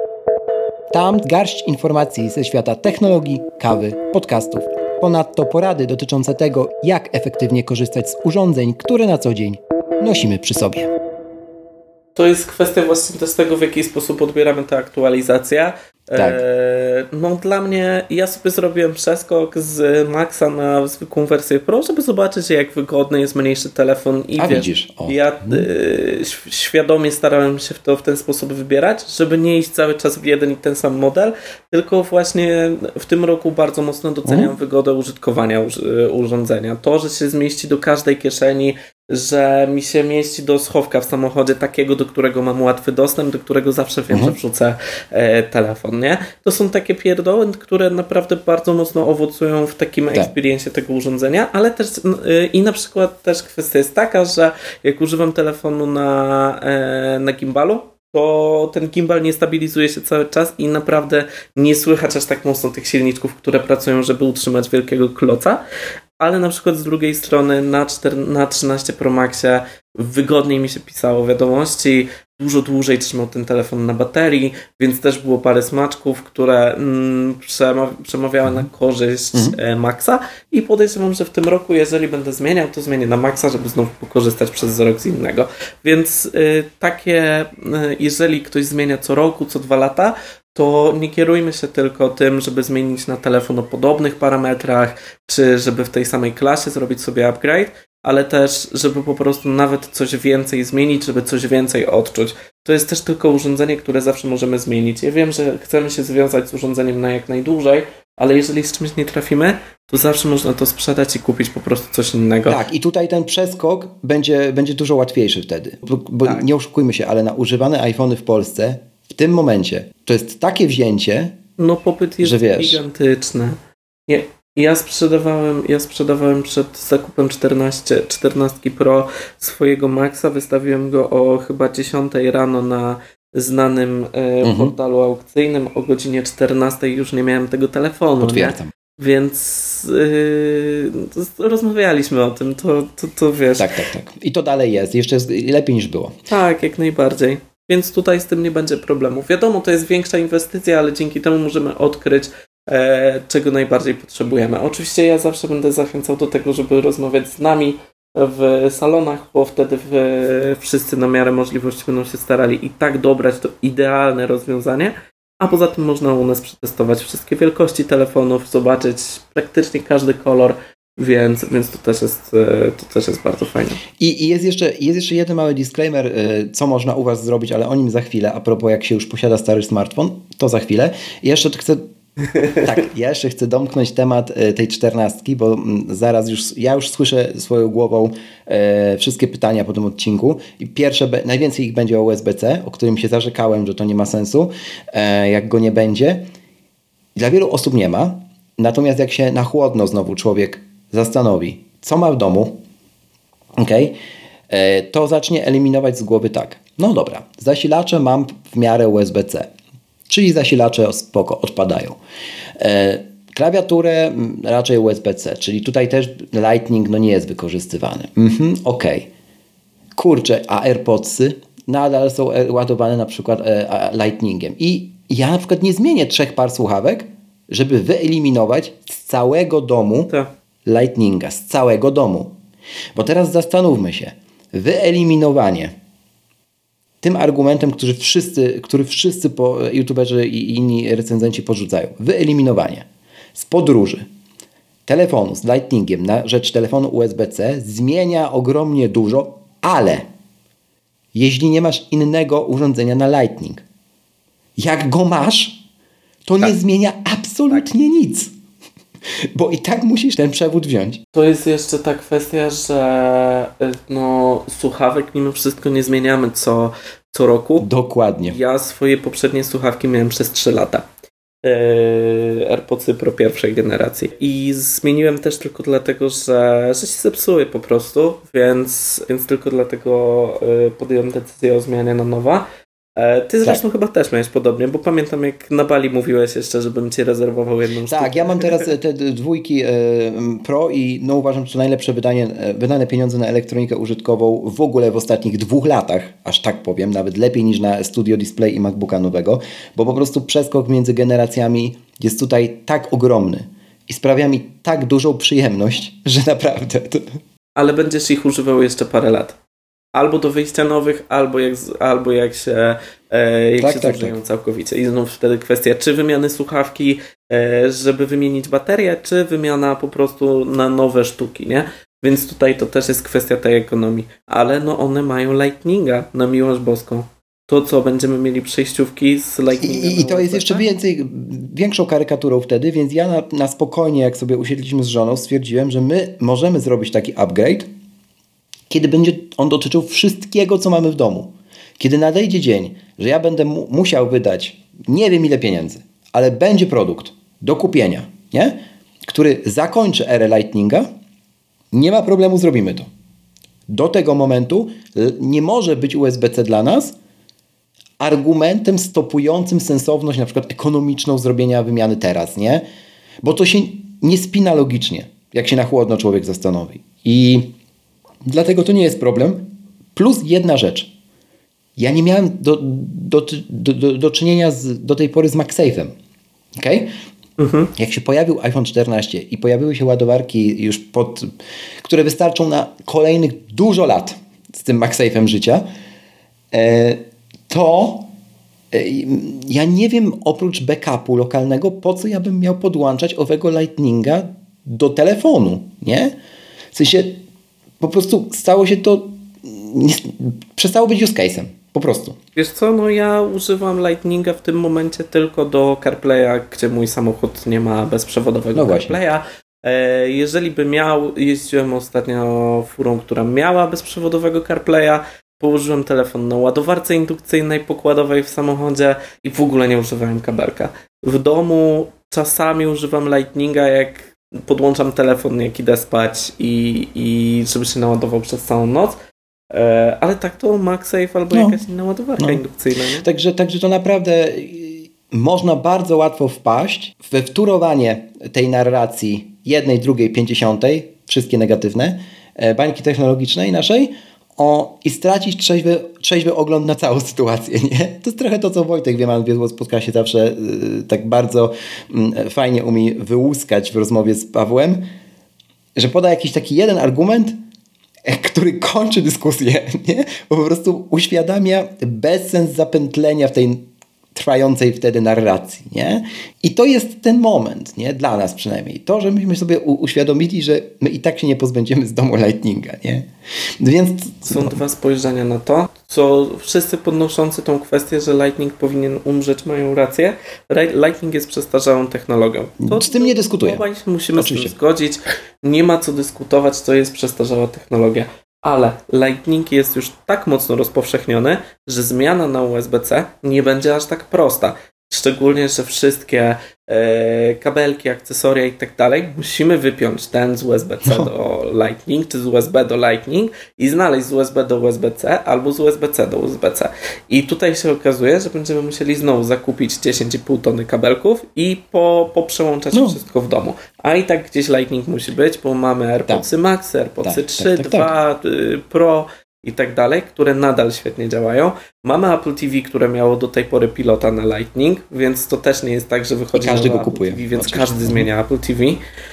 [SPEAKER 1] Tam garść informacji ze świata technologii, kawy, podcastów. Ponadto porady dotyczące tego, jak efektywnie korzystać z urządzeń, które na co dzień nosimy przy sobie.
[SPEAKER 2] To jest kwestia właśnie też tego, w jaki sposób odbieramy tę aktualizację.
[SPEAKER 1] Tak.
[SPEAKER 2] No dla mnie, ja sobie zrobiłem przeskok z Maxa na zwykłą wersję Pro, żeby zobaczyć, jak wygodny jest mniejszy telefon. I
[SPEAKER 1] Widzisz. O.
[SPEAKER 2] Ja świadomie starałem się w ten sposób wybierać, żeby nie iść cały czas w jeden i ten sam model, tylko właśnie w tym roku bardzo mocno doceniam wygodę użytkowania urządzenia. To, że się zmieści do każdej kieszeni, że mi się mieści do schowka w samochodzie takiego, do którego mam łatwy dostęp, do którego zawsze wiem, że wrzucę telefon, nie? To są takie pierdoły, które naprawdę bardzo mocno owocują w takim experiencie tego urządzenia, ale też i na przykład też kwestia jest taka, że jak używam telefonu na gimbalu, to ten gimbal nie stabilizuje się cały czas i naprawdę nie słychać aż tak mocno tych silniczków, które pracują, żeby utrzymać wielkiego kloca. Ale na przykład z drugiej strony na 13 Pro Maxie wygodniej mi się pisało wiadomości, dużo dłużej trzymał ten telefon na baterii, więc też było parę smaczków, które przemawiały na korzyść Maxa i podejrzewam, że w tym roku, jeżeli będę zmieniał, to zmienię na Maxa, żeby znowu pokorzystać przez rok z innego. Więc jeżeli ktoś zmienia co roku, co 2 lata, to nie kierujmy się tylko tym, żeby zmienić na telefon o podobnych parametrach, czy żeby w tej samej klasie zrobić sobie upgrade, ale też, żeby po prostu nawet coś więcej zmienić, żeby coś więcej odczuć. To jest też tylko urządzenie, które zawsze możemy zmienić. Ja wiem, że chcemy się związać z urządzeniem na jak najdłużej, ale jeżeli z czymś nie trafimy, to zawsze można to sprzedać i kupić po prostu coś innego.
[SPEAKER 1] Tak, i tutaj ten przeskok będzie dużo łatwiejszy wtedy. Bo nie oszukujmy się, ale na używane iPhony w Polsce w tym momencie to jest takie wzięcie,
[SPEAKER 2] no popyt jest gigantyczny. Ja sprzedawałem przed zakupem 14 Pro swojego Maxa, wystawiłem go o chyba 10 rano na znanym portalu aukcyjnym, o godzinie 14 już nie miałem tego telefonu.
[SPEAKER 1] Potwierdzam.
[SPEAKER 2] Nie? Więc rozmawialiśmy o tym, to wiesz.
[SPEAKER 1] Tak. I to dalej jest, jeszcze jest lepiej niż było.
[SPEAKER 2] Tak, jak najbardziej. Więc tutaj z tym nie będzie problemu. Wiadomo, to jest większa inwestycja, ale dzięki temu możemy odkryć, czego najbardziej potrzebujemy. Oczywiście ja zawsze będę zachęcał do tego, żeby rozmawiać z nami w salonach, bo wtedy wszyscy na miarę możliwości będą się starali i tak dobrać to idealne rozwiązanie, a poza tym można u nas przetestować wszystkie wielkości telefonów, zobaczyć praktycznie każdy kolor, więc to też jest bardzo fajne.
[SPEAKER 1] I jest jeszcze jeden mały disclaimer, co można u Was zrobić, ale o nim za chwilę, a propos jak się już posiada stary smartfon, to za chwilę. Ja jeszcze chcę domknąć temat tej 14, bo zaraz ja już słyszę swoją głową wszystkie pytania po tym odcinku i najwięcej ich będzie o USB-C, o którym się zarzekałem, że to nie ma sensu, jak go nie będzie. Dla wielu osób nie ma, natomiast jak się na chłodno znowu człowiek zastanowi, co ma w domu, to zacznie eliminować z głowy tak. No dobra, zasilacze mam w miarę USB-C, czyli zasilacze spoko, odpadają. Klawiaturę raczej USB-C, czyli tutaj też Lightning nie jest wykorzystywany. Kurczę, a AirPodsy nadal są ładowane na przykład Lightningiem. I ja na przykład nie zmienię 3 par słuchawek, żeby wyeliminować z całego domu Lightninga, z całego domu. Bo teraz zastanówmy się, wyeliminowanie tym argumentem, który wszyscy youtuberzy i inni recenzenci podrzucają, wyeliminowanie z podróży telefonu z Lightningiem na rzecz telefonu USB-C zmienia ogromnie dużo, ale jeśli nie masz innego urządzenia na Lightning, jak go masz, to nie zmienia absolutnie nic. Bo i tak musisz ten przewód wziąć.
[SPEAKER 2] To jest jeszcze ta kwestia, że słuchawek mimo wszystko nie zmieniamy co roku.
[SPEAKER 1] Dokładnie.
[SPEAKER 2] Ja swoje poprzednie słuchawki miałem przez 3 lata. AirPodsy Pro pierwszej generacji. I zmieniłem też tylko dlatego, że się zepsuły po prostu, więc tylko dlatego podjąłem decyzję o zmianie na nowa. Ty zresztą chyba też miałeś podobnie, bo pamiętam jak na Bali mówiłeś jeszcze, żebym ci rezerwował jedną sztukę.
[SPEAKER 1] Tak, ja mam teraz te dwójki Pro i no uważam, że to najlepsze wydane pieniądze na elektronikę użytkową w ogóle w ostatnich 2 latach, aż tak powiem, nawet lepiej niż na Studio Display i MacBooka nowego, bo po prostu przeskok między generacjami jest tutaj tak ogromny i sprawia mi tak dużą przyjemność, że naprawdę...
[SPEAKER 2] Ale będziesz ich używał jeszcze parę lat. Albo do wyjścia nowych, albo jak się zużyją całkowicie. I znów wtedy kwestia, czy wymiany słuchawki, żeby wymienić baterię, czy wymiana po prostu na nowe sztuki, nie? Więc tutaj to też jest kwestia tej ekonomii. Ale no one mają Lightninga, na miłość boską. To co, będziemy mieli przejściówki z Lightninga.
[SPEAKER 1] I to jest jeszcze większą karykaturą wtedy, więc ja na spokojnie, jak sobie usiedliśmy z żoną, stwierdziłem, że my możemy zrobić taki upgrade, kiedy będzie on dotyczył wszystkiego, co mamy w domu. Kiedy nadejdzie dzień, że ja będę musiał wydać nie wiem ile pieniędzy, ale będzie produkt do kupienia, nie? Który zakończy erę Lightninga, nie ma problemu, zrobimy to. Do tego momentu nie może być USB-C dla nas argumentem stopującym sensowność na przykład ekonomiczną zrobienia wymiany teraz, nie? Bo to się nie spina logicznie, jak się na chłodno człowiek zastanowi. I dlatego to nie jest problem. Plus jedna rzecz. Ja nie miałem do czynienia do tej pory z MagSafe'em. Okay? Jak się pojawił iPhone 14 i pojawiły się ładowarki już które wystarczą na kolejnych dużo lat z tym MagSafe'em życia, to ja nie wiem, oprócz backupu lokalnego, po co ja bym miał podłączać owego Lightninga do telefonu, nie? W sensie po prostu stało się to, przestało być use case'em, po prostu.
[SPEAKER 2] Wiesz co, no ja używam Lightninga w tym momencie tylko do CarPlaya, gdzie mój samochód nie ma bezprzewodowego CarPlaya. Jeżeli by jeździłem ostatnio furą, która miała bezprzewodowego CarPlaya, położyłem telefon na ładowarce indukcyjnej pokładowej w samochodzie i w ogóle nie używałem kabelka. W domu czasami używam Lightninga, jak podłączam telefon, jak idę spać i żeby się naładował przez całą noc. Ale tak to MagSafe albo jakaś inna ładowarka indukcyjna. Nie?
[SPEAKER 1] Także to naprawdę można bardzo łatwo wpaść we wtórowanie tej narracji jednej, drugiej, 50, wszystkie negatywne, bańki technologicznej naszej, i stracić trzeźwy ogląd na całą sytuację, nie? To jest trochę to, co Wojtek Wieman-Wiedło z podcaście zawsze tak bardzo fajnie umie wyłuskać w rozmowie z Pawłem, że poda jakiś taki jeden argument, który kończy dyskusję, nie? Bo po prostu uświadamia bezsens zapętlenia w tej trwającej wtedy narracji, nie? I to jest ten moment, nie? Dla nas przynajmniej. To, że myśmy sobie uświadomili, że my i tak się nie pozbędziemy z domu Lightninga, nie? Więc...
[SPEAKER 2] Są dwa spojrzenia na to, co wszyscy podnoszący tą kwestię, że Lightning powinien umrzeć, mają rację. Lightning jest przestarzałą technologią.
[SPEAKER 1] Z tym nie dyskutuję.
[SPEAKER 2] Musimy z tym zgodzić. Nie ma co dyskutować, to jest przestarzała technologia. Ale Lightning jest już tak mocno rozpowszechniony, że zmiana na USB-C nie będzie aż tak prosta. Szczególnie, że wszystkie kabelki, akcesoria i tak dalej musimy wypiąć ten z USB-C do Lightning, czy z USB do Lightning i znaleźć z USB do USB-C albo z USB-C do USB-C. I tutaj się okazuje, że będziemy musieli znowu zakupić 10,5 tony kabelków i poprzełączać wszystko w domu. A i tak gdzieś Lightning musi być, bo mamy AirPodsy Max, AirPodsy 3, 2, Pro i tak dalej, które nadal świetnie działają. Mamy Apple TV, które miało do tej pory pilota na Lightning, więc to też nie jest tak, że wychodzi
[SPEAKER 1] każdy go
[SPEAKER 2] Apple
[SPEAKER 1] kupuje.
[SPEAKER 2] TV, więc każdy zmienia Apple TV.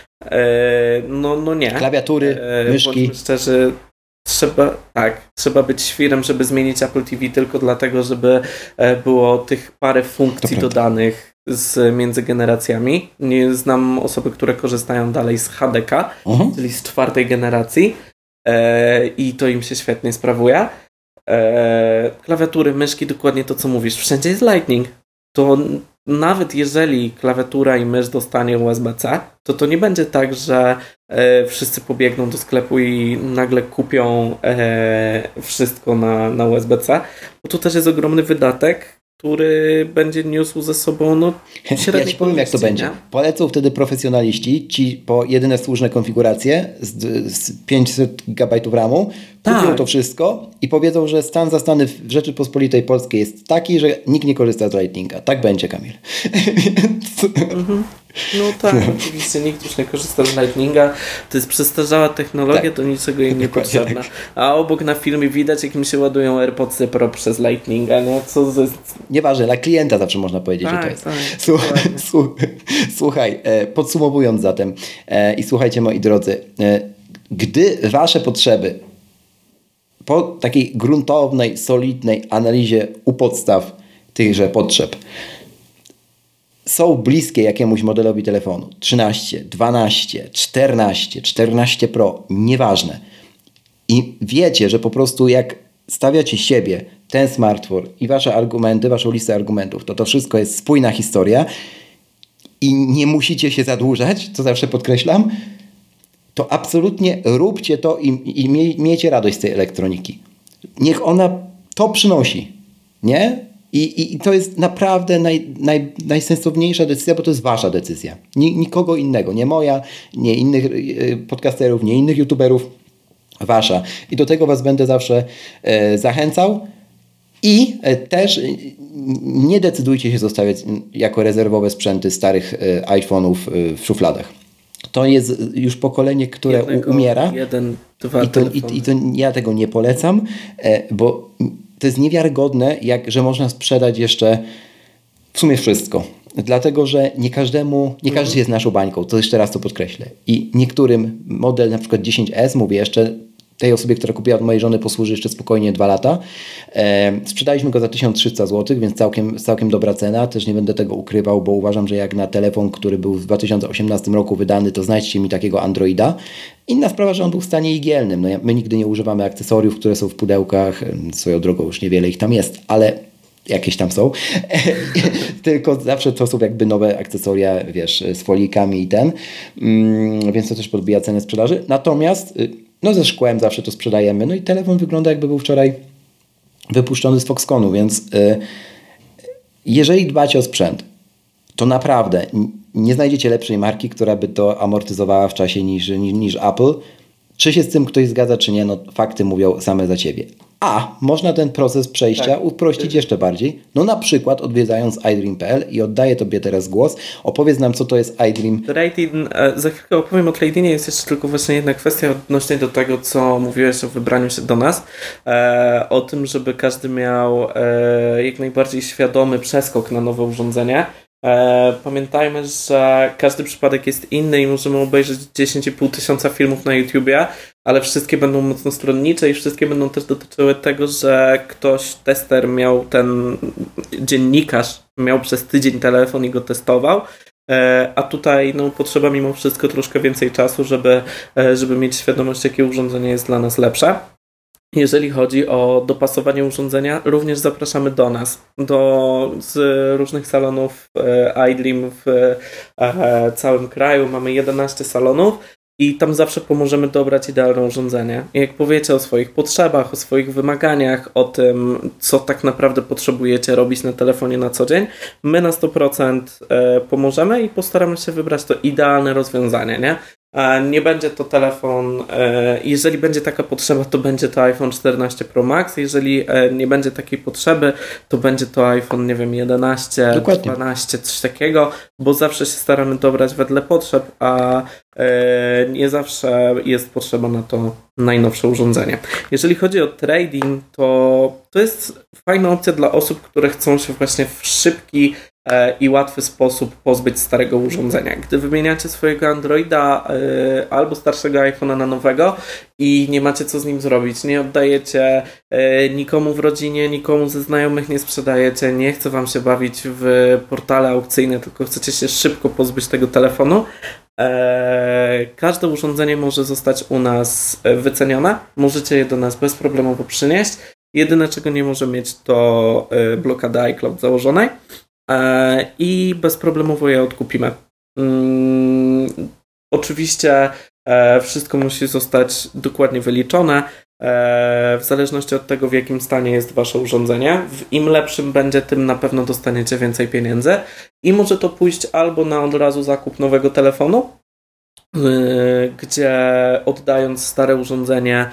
[SPEAKER 2] No nie.
[SPEAKER 1] Klawiatury, myszki.
[SPEAKER 2] Bądźmy szczerzy, trzeba być świrem, żeby zmienić Apple TV tylko dlatego, żeby było tych parę funkcji dodanych między generacjami. Nie znam osoby, które korzystają dalej z HDK, czyli z 4. generacji. I to im się świetnie sprawuje. Klawiatury, myszki, dokładnie to, co mówisz. Wszędzie jest Lightning. To nawet jeżeli klawiatura i mysz dostanie USB-C, to nie będzie tak, że wszyscy pobiegną do sklepu i nagle kupią wszystko na USB-C, bo to też jest ogromny wydatek, który będzie niósł ze sobą
[SPEAKER 1] Ja ci powiem, jak to będzie. Polecą wtedy profesjonaliści ci po jedyne słuszne konfiguracje z 500 GB RAMu, kupią to wszystko i powiedzą, że stan zastany w Rzeczypospolitej Polskiej jest taki, że nikt nie korzysta z Lightninga. Tak będzie, Kamil.
[SPEAKER 2] No tak, oczywiście nikt już nie korzysta z Lightninga. To jest przestarzała technologia, do niczego im nie potrzebna. A obok na filmie widać, jak mi się ładują AirPodsy Pro przez Lightninga. No, co to jest...
[SPEAKER 1] Nieważne, dla klienta zawsze można powiedzieć, że to jest. Słuchaj, podsumowując zatem i słuchajcie, moi drodzy, gdy wasze potrzeby po takiej gruntownej, solidnej analizie u podstaw tychże potrzeb są bliskie jakiemuś modelowi telefonu 13, 12, 14, 14 Pro, nieważne. I wiecie, że po prostu jak stawiacie siebie, ten smartfon i wasze argumenty, waszą listę argumentów, to wszystko jest spójna historia i nie musicie się zadłużać, co zawsze podkreślam, to absolutnie róbcie to i miejcie radość z tej elektroniki. Niech ona to przynosi, nie? I to jest naprawdę najsensowniejsza decyzja, bo to jest wasza decyzja. Nikogo innego, nie moja, nie innych podcasterów, nie innych youtuberów, wasza. I do tego was będę zawsze zachęcał. I też nie decydujcie się zostawiać jako rezerwowe sprzęty starych iPhone'ów w szufladach. To jest już pokolenie, które umiera. I to ja tego nie polecam, bo to jest niewiarygodne, że można sprzedać jeszcze w sumie wszystko. Dlatego, że nie każdy jest naszą bańką. To jeszcze raz to podkreślę. I niektórym model, na przykład 10S, mówię jeszcze, tej osobie, która kupiła od mojej żony, posłuży jeszcze spokojnie 2 lata. Sprzedaliśmy go za 1300 zł, więc całkiem dobra cena. Też nie będę tego ukrywał, bo uważam, że jak na telefon, który był w 2018 roku wydany, to znajdźcie mi takiego Androida. Inna sprawa, że on był w stanie igielnym. My nigdy nie używamy akcesoriów, które są w pudełkach. Swoją drogą już niewiele ich tam jest, ale jakieś tam są. Tylko zawsze to są jakby nowe akcesoria, wiesz, z folijkami i więc to też podbija cenę sprzedaży. Natomiast ze szkłem zawsze to sprzedajemy. No i telefon wygląda, jakby był wczoraj wypuszczony z Foxconu, więc jeżeli dbacie o sprzęt, to naprawdę nie znajdziecie lepszej marki, która by to amortyzowała w czasie niż Apple. Czy się z tym ktoś zgadza, czy nie, fakty mówią same za ciebie. A można ten proces przejścia uprościć jeszcze bardziej. Na przykład odwiedzając iDream.pl i oddaję tobie teraz głos. Opowiedz nam, co to jest iDream.
[SPEAKER 2] Za chwilkę opowiem o Tradinie. Jest jeszcze tylko właśnie jedna kwestia odnośnie do tego, co mówiłeś o wybraniu się do nas. O tym, żeby każdy miał jak najbardziej świadomy przeskok na nowe urządzenie. Pamiętajmy, że każdy przypadek jest inny i możemy obejrzeć 10,5 tysiąca filmów na YouTubie, ale wszystkie będą mocno stronnicze i wszystkie będą też dotyczyły tego, że tester miał dziennikarz miał przez tydzień telefon i go testował, a tutaj potrzeba mimo wszystko troszkę więcej czasu, żeby mieć świadomość, jakie urządzenie jest dla nas lepsze. Jeżeli chodzi o dopasowanie urządzenia, również zapraszamy do nas, z różnych salonów iDream w całym kraju. Mamy 11 salonów i tam zawsze pomożemy dobrać idealne urządzenie. I jak powiecie o swoich potrzebach, o swoich wymaganiach, o tym, co tak naprawdę potrzebujecie robić na telefonie na co dzień, my na 100% pomożemy i postaramy się wybrać to idealne rozwiązanie, nie? Nie będzie to telefon, jeżeli będzie taka potrzeba, to będzie to iPhone 14 Pro Max, jeżeli nie będzie takiej potrzeby, to będzie to iPhone, 11, dokładnie. 12, coś takiego, bo zawsze się staramy dobrać wedle potrzeb, a nie zawsze jest potrzeba na to najnowsze urządzenie. Jeżeli chodzi o trading, to jest fajna opcja dla osób, które chcą się właśnie w szybki i łatwy sposób pozbyć starego urządzenia. Gdy wymieniacie swojego Androida albo starszego iPhone'a na nowego i nie macie co z nim zrobić, nie oddajecie nikomu w rodzinie, nikomu ze znajomych nie sprzedajecie, nie chce wam się bawić w portale aukcyjne, tylko chcecie się szybko pozbyć tego telefonu, każde urządzenie może zostać u nas wycenione, możecie je do nas bezproblemowo przynieść. Jedyne, czego nie może mieć, to blokada iCloud założonej, i bezproblemowo je odkupimy. Oczywiście wszystko musi zostać dokładnie wyliczone. w zależności od tego, w jakim stanie jest wasze urządzenie. Im lepszym będzie, tym na pewno dostaniecie więcej pieniędzy i może to pójść albo na od razu zakup nowego telefonu, gdzie oddając stare urządzenie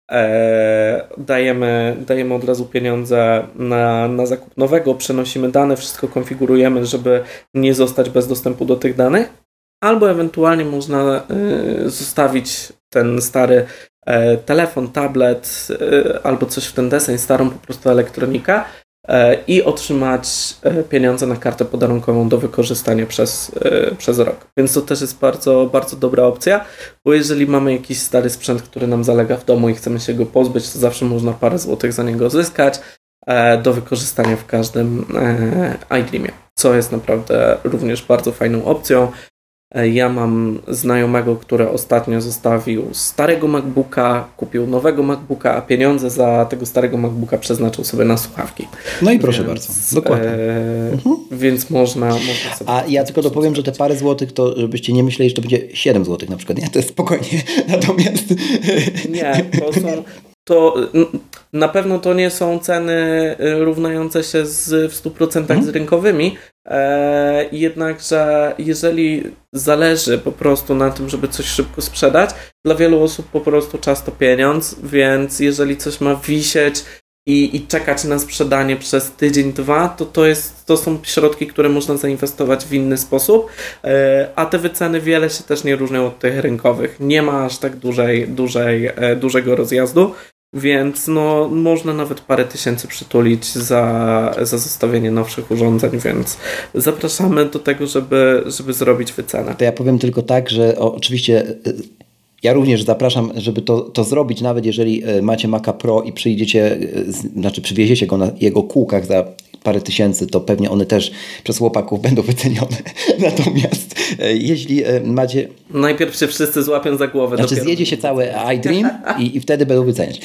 [SPEAKER 2] dajemy od razu pieniądze na zakup nowego, przenosimy dane, wszystko konfigurujemy, żeby nie zostać bez dostępu do tych danych, albo ewentualnie można zostawić ten stary telefon, tablet albo coś w ten deseń, starą po prostu elektronikę i otrzymać pieniądze na kartę podarunkową do wykorzystania przez rok. Więc to też jest bardzo, bardzo dobra opcja, bo jeżeli mamy jakiś stary sprzęt, który nam zalega w domu i chcemy się go pozbyć, to zawsze można parę złotych za niego zyskać do wykorzystania w każdym iDreamie, co jest naprawdę również bardzo fajną opcją. Ja mam znajomego, który ostatnio zostawił starego MacBooka, kupił nowego MacBooka, a pieniądze za tego starego MacBooka przeznaczył sobie na słuchawki.
[SPEAKER 1] No i proszę bardzo, dokładnie.
[SPEAKER 2] Więc można sobie...
[SPEAKER 1] A ja tylko dopowiem, że te parę złotych, to żebyście nie myśleli, że to będzie 7 złotych na przykład, nie? To jest spokojnie. Natomiast...
[SPEAKER 2] Nie, na pewno to nie są ceny równające się w 100% z rynkowymi, jednakże jeżeli zależy po prostu na tym, żeby coś szybko sprzedać, dla wielu osób po prostu czas to pieniądz, więc jeżeli coś ma wisieć i czekać na sprzedanie przez tydzień, dwa, to są środki, które można zainwestować w inny sposób, a te wyceny wiele się też nie różnią od tych rynkowych. Nie ma aż tak dużego rozjazdu, więc można nawet parę tysięcy przytulić za zostawienie nowszych urządzeń, więc zapraszamy do tego, żeby zrobić wycenę.
[SPEAKER 1] To ja powiem tylko tak, że oczywiście ja również zapraszam, żeby to zrobić, nawet jeżeli macie Maca Pro i przywieziecie go na jego kółkach za parę tysięcy, to pewnie one też przez chłopaków będą wycenione. Natomiast jeśli macie...
[SPEAKER 2] Najpierw się wszyscy złapią za głowę.
[SPEAKER 1] Zjedzie się cały iDream i wtedy będą wyceniać.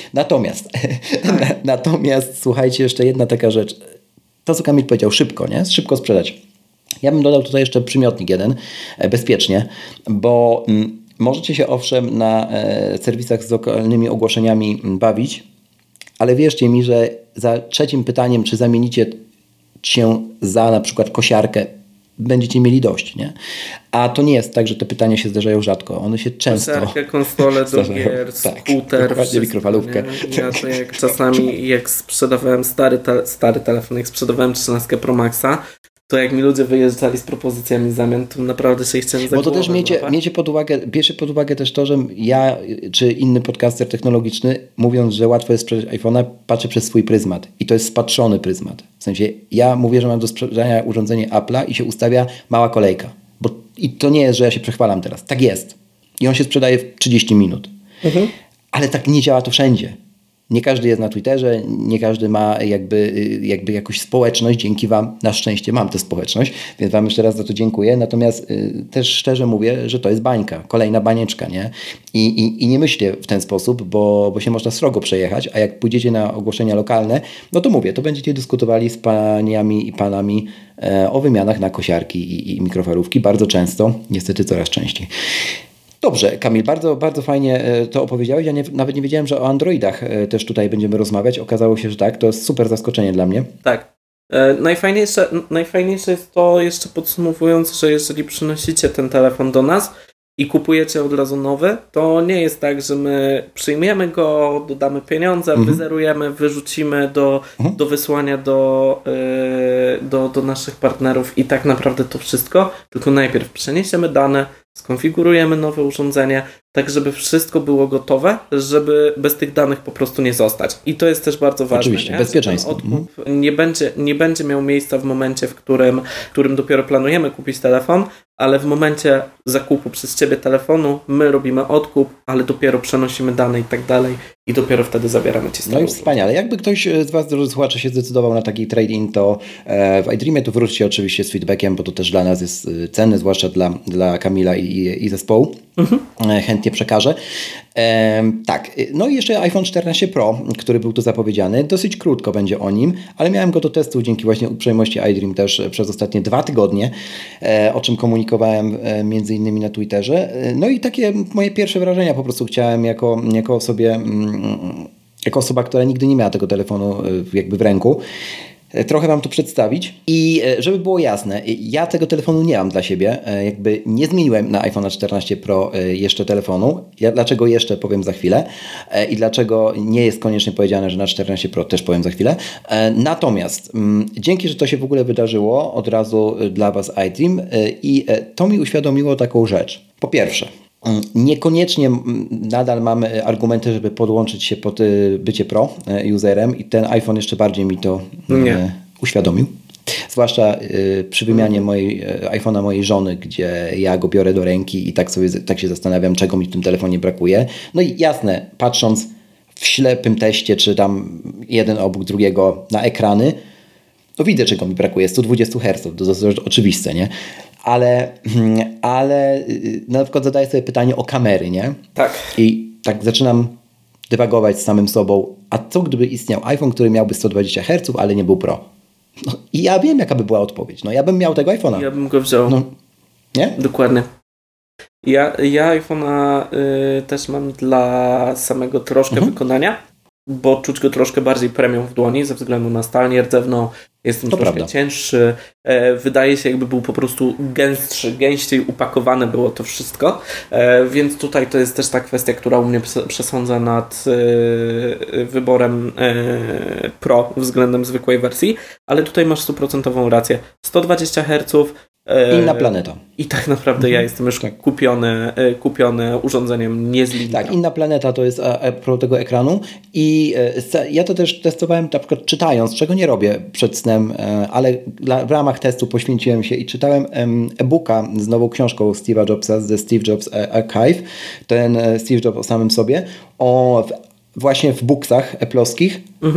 [SPEAKER 1] Natomiast słuchajcie, jeszcze jedna taka rzecz. To, co Kamil powiedział, szybko, nie? Szybko sprzedać. Ja bym dodał tutaj jeszcze przymiotnik jeden, bezpiecznie, bo możecie się owszem na serwisach z lokalnymi ogłoszeniami bawić, ale wierzcie mi, że za trzecim pytaniem, czy zamienicie się za na przykład kosiarkę, będziecie mieli dość, nie? A to nie jest tak, że te pytania się zdarzają rzadko. One się często...
[SPEAKER 2] Kosiarkę, konsolę do gier, skuter,
[SPEAKER 1] dokładnie, mikrofalówkę.
[SPEAKER 2] Ja to jak sprzedawałem stary telefon, jak sprzedawałem 13 Pro Maxa, to jak mi ludzie wyjeżdżali z propozycjami zamian, to naprawdę się chciałem za
[SPEAKER 1] Bo to
[SPEAKER 2] głowę
[SPEAKER 1] też bierzcie pod uwagę też to, że ja czy inny podcaster technologiczny, mówiąc, że łatwo jest sprzedać iPhone'a, patrzę przez swój pryzmat. I to jest spatrzony pryzmat. W sensie ja mówię, że mam do sprzedania urządzenie Apple'a i się ustawia mała kolejka. I to nie jest, że ja się przechwalam teraz. Tak jest. I on się sprzedaje w 30 minut. Ale tak nie działa to wszędzie. Nie każdy jest na Twitterze, nie każdy ma jakby jakąś społeczność. Dzięki Wam, na szczęście mam tę społeczność, więc Wam jeszcze raz za to dziękuję. Natomiast też szczerze mówię, że to jest bańka, kolejna banieczka, nie? I nie myślę w ten sposób, bo się można srogo przejechać, a jak pójdziecie na ogłoszenia lokalne, no to mówię, to będziecie dyskutowali z paniami i panami o wymianach na kosiarki i mikrofalówki bardzo często, niestety coraz częściej. Dobrze, Kamil, bardzo, bardzo fajnie to opowiedziałeś. Ja nawet nie wiedziałem, że o Androidach też tutaj będziemy rozmawiać. Okazało się, że tak. To jest super zaskoczenie dla mnie.
[SPEAKER 2] Tak. Najfajniejsze jest to, jeszcze podsumowując, że jeżeli przynosicie ten telefon do nas i kupujecie od razu nowy, to nie jest tak, że my przyjmiemy go, dodamy pieniądze, wyzerujemy, wyrzucimy do wysłania do naszych partnerów i tak naprawdę to wszystko, tylko najpierw przeniesiemy dane, skonfigurujemy nowe urządzenie, tak żeby wszystko było gotowe, żeby bez tych danych po prostu nie zostać. I to jest też bardzo ważne.
[SPEAKER 1] Oczywiście, bezpieczeństwo.
[SPEAKER 2] Odkup nie będzie miał miejsca w momencie, w którym dopiero planujemy kupić telefon, ale w momencie zakupu przez Ciebie telefonu my robimy odkup, ale dopiero przenosimy dane i tak dalej i dopiero wtedy zabieramy Ci stałe.
[SPEAKER 1] No i wspaniale. Jakby ktoś z Was, drodzy słuchacze, się zdecydował na taki trade-in, to w iDreamie to wróćcie oczywiście z feedbackiem, bo to też dla nas jest cenne, zwłaszcza dla Kamila i zespołu. Chętnie przekażę. Tak, no i jeszcze iPhone 14 Pro, który był tu zapowiedziany. Dosyć krótko będzie o nim, ale miałem go do testu dzięki właśnie uprzejmości iDream też przez ostatnie 2 tygodnie, o czym komunikowałem między innymi na Twitterze. No i takie moje pierwsze wrażenia po prostu chciałem jako sobie jako osoba, która nigdy nie miała tego telefonu jakby w ręku, trochę wam to przedstawić. I żeby było jasne, ja tego telefonu nie mam dla siebie. Jakby nie zmieniłem na iPhone 14 Pro jeszcze telefonu. Dlaczego jeszcze, powiem za chwilę. I dlaczego nie jest koniecznie powiedziane, że na 14 Pro też powiem za chwilę. Natomiast dzięki, że to się w ogóle wydarzyło, od razu dla was iDream i to mi uświadomiło taką rzecz. Po pierwsze, niekoniecznie nadal mamy argumenty, żeby podłączyć się pod bycie pro userem i ten iPhone jeszcze bardziej mi to uświadomił. Zwłaszcza przy wymianie iPhone'a mojej żony, gdzie ja go biorę do ręki i tak się zastanawiam, czego mi w tym telefonie brakuje. No i jasne, patrząc w ślepym teście, czy tam jeden obok drugiego na ekrany, to widzę, czego mi brakuje. 120 Hz, to dosyć oczywiste, nie? Ale na przykład zadaję sobie pytanie o kamery, nie?
[SPEAKER 2] Tak.
[SPEAKER 1] I tak zaczynam dywagować z samym sobą, a co gdyby istniał iPhone, który miałby 120 Hz, ale nie był Pro? No, i ja wiem, jaka by była odpowiedź. No ja bym miał tego iPhone'a.
[SPEAKER 2] Ja bym go wziął.
[SPEAKER 1] No, nie?
[SPEAKER 2] Dokładnie. Ja iPhone'a też mam dla samego troszkę wykonania, bo czuć go troszkę bardziej premium w dłoni ze względu na stal nierdzewną. Jestem
[SPEAKER 1] To
[SPEAKER 2] troszkę
[SPEAKER 1] prawda.
[SPEAKER 2] cięższy. Wydaje się, jakby był po prostu gęstszy, gęściej upakowane było to wszystko. Więc tutaj to jest też ta kwestia, która u mnie przesądza nad wyborem Pro względem zwykłej wersji. Ale tutaj masz 100% rację. 120 Hz.
[SPEAKER 1] Inna planeta.
[SPEAKER 2] I tak naprawdę ja jestem już kupiony urządzeniem nie z linii.
[SPEAKER 1] Tak, inna planeta to jest pro tego ekranu i ja to też testowałem na przykład czytając, czego nie robię przed snem, ale w ramach testu poświęciłem się i czytałem e-booka z nową książką Steve'a Jobsa, The Steve Jobs Archive, ten Steve Jobs o samym sobie, właśnie w booksach Apple'owskich,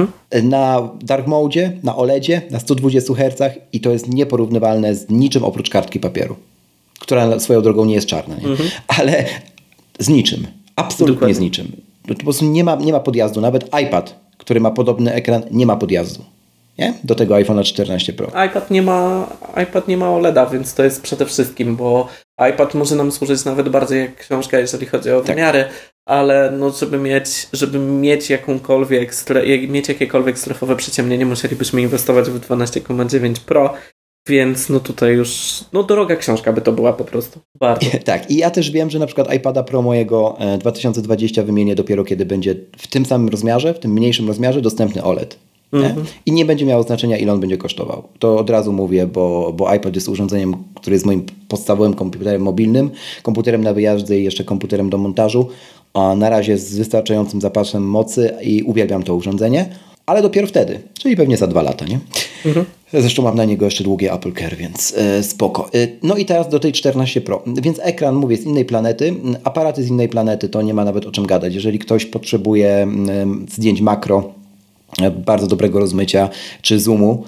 [SPEAKER 1] na dark mode, na OLEDzie, na 120 Hz i to jest nieporównywalne z niczym oprócz kartki papieru, która swoją drogą nie jest czarna, nie? Ale z niczym, absolutnie
[SPEAKER 2] Dokładnie.
[SPEAKER 1] z niczym. Po prostu nie ma podjazdu, nawet iPad, który ma podobny ekran, nie ma podjazdu, nie? Do tego iPhone'a 14 Pro.
[SPEAKER 2] iPad nie ma OLEDa, więc to jest przede wszystkim, bo iPad może nam służyć nawet bardziej jak książka, jeżeli chodzi o wymiary, ale no, żeby mieć jakiekolwiek strefowe przyciemnienie, musielibyśmy inwestować w 12,9 Pro, więc no tutaj już droga książka by to była po prostu. Bardzo.
[SPEAKER 1] Tak, i ja też wiem, że na przykład iPada Pro mojego 2020 wymienię dopiero kiedy będzie w tym samym rozmiarze, w tym mniejszym rozmiarze dostępny OLED. Nie? I nie będzie miało znaczenia, ile on będzie kosztował. To od razu mówię, bo iPad jest urządzeniem, który jest moim podstawowym komputerem mobilnym, komputerem na wyjazdy i jeszcze komputerem do montażu. A na razie z wystarczającym zapasem mocy i uwielbiam to urządzenie, ale dopiero wtedy, czyli pewnie za 2 lata, nie? Zresztą mam na niego jeszcze długie Apple Care, więc spoko. No i teraz do tej 14 Pro. Więc ekran, mówię, z innej planety. Aparaty z innej planety, to nie ma nawet o czym gadać. Jeżeli ktoś potrzebuje zdjęć makro, bardzo dobrego rozmycia czy zoomu,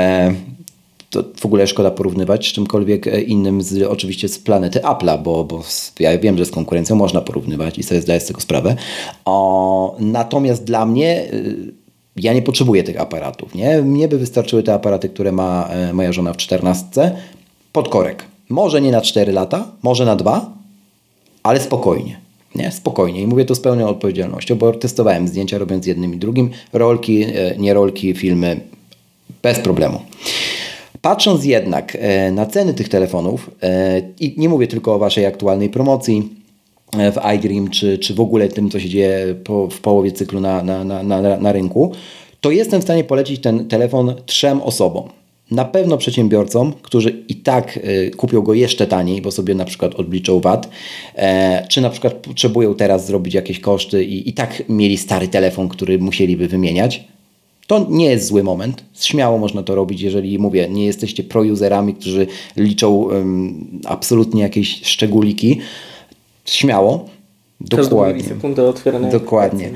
[SPEAKER 1] to w ogóle szkoda porównywać z czymkolwiek innym, oczywiście z planety Apple'a, bo ja wiem, że z konkurencją można porównywać i sobie zdaję z tego sprawę. Natomiast dla mnie ja nie potrzebuję tych aparatów. Nie? Mnie by wystarczyły te aparaty, które ma moja żona w 14 pod korek. Może nie na 4 lata, może na 2, ale spokojnie. Nie, spokojnie. I mówię to z pełną odpowiedzialnością, bo testowałem zdjęcia robiąc jednym i drugim. Rolki, nie rolki, filmy bez problemu. Patrząc jednak na ceny tych telefonów i nie mówię tylko o waszej aktualnej promocji w iDream, czy w ogóle tym, co się dzieje w połowie cyklu na rynku, to jestem w stanie polecić ten telefon 3 osobom. Na pewno przedsiębiorcom, którzy i tak kupią go jeszcze taniej, bo sobie na przykład odliczą VAT, czy na przykład potrzebują teraz zrobić jakieś koszty i tak mieli stary telefon, który musieliby wymieniać. To nie jest zły moment. Śmiało można to robić, jeżeli, mówię, nie jesteście pro-userami, którzy liczą absolutnie jakieś szczególiki. Śmiało. Dokładnie.
[SPEAKER 2] Sekundę otwierania.
[SPEAKER 1] Dokładnie.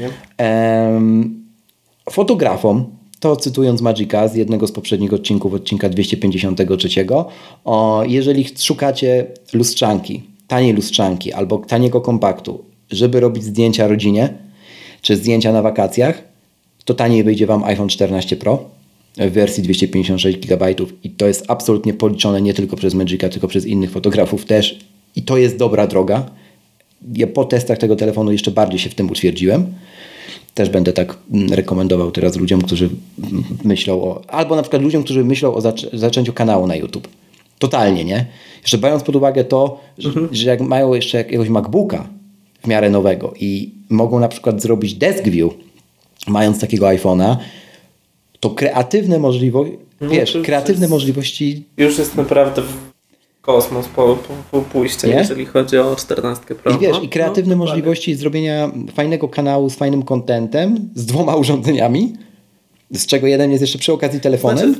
[SPEAKER 1] Fotografom, to cytując Magica z jednego z poprzednich odcinków, odcinka 253, jeżeli szukacie lustrzanki, taniej lustrzanki albo taniego kompaktu, żeby robić zdjęcia rodzinie, czy zdjęcia na wakacjach, to taniej wyjdzie Wam iPhone 14 Pro w wersji 256 GB i to jest absolutnie policzone nie tylko przez Magica, tylko przez innych fotografów też i to jest dobra droga. Ja po testach tego telefonu jeszcze bardziej się w tym utwierdziłem. Też będę tak rekomendował teraz ludziom, którzy myślą albo na przykład ludziom, którzy myślą o zaczęciu kanału na YouTube. Totalnie, nie? Jeszcze biorąc pod uwagę to, że jak mają jeszcze jakiegoś MacBooka w miarę nowego i mogą na przykład zrobić Desk View, mając takiego iPhone'a, to kreatywne możliwości, kreatywne możliwości...
[SPEAKER 2] Już jest naprawdę kosmos po pójście, jeżeli chodzi o 14 Pro.
[SPEAKER 1] I kreatywne możliwości zrobienia fajnego kanału z fajnym contentem, z 2 urządzeniami, z czego jeden jest jeszcze przy okazji telefonem.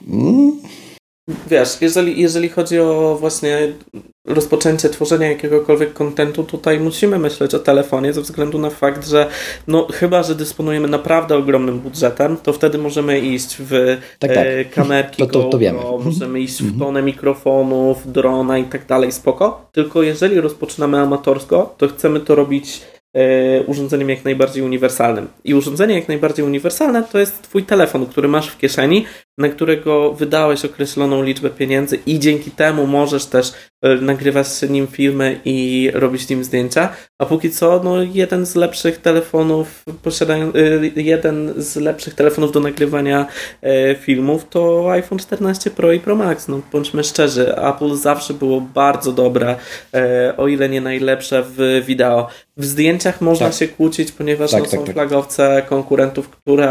[SPEAKER 2] Wiesz, jeżeli chodzi o właśnie rozpoczęcie tworzenia jakiegokolwiek kontentu, tutaj musimy myśleć o telefonie ze względu na fakt, że chyba, że dysponujemy naprawdę ogromnym budżetem, to wtedy możemy iść w kamerki
[SPEAKER 1] to wiemy.
[SPEAKER 2] możemy iść w tonę mikrofonów, drona i tak dalej, spoko. Tylko jeżeli rozpoczynamy amatorsko, to chcemy to robić urządzeniem jak najbardziej uniwersalnym. I urządzenie jak najbardziej uniwersalne to jest twój telefon, który masz w kieszeni, na którego wydałeś określoną liczbę pieniędzy i dzięki temu możesz też nagrywać nim filmy i robić nim zdjęcia. A póki co, jeden z lepszych telefonów jeden z lepszych telefonów do nagrywania filmów to iPhone 14 Pro i Pro Max. Bądźmy szczerzy, Apple zawsze było bardzo dobre, o ile nie najlepsze w wideo. W zdjęciach można się kłócić, ponieważ są flagowce konkurentów,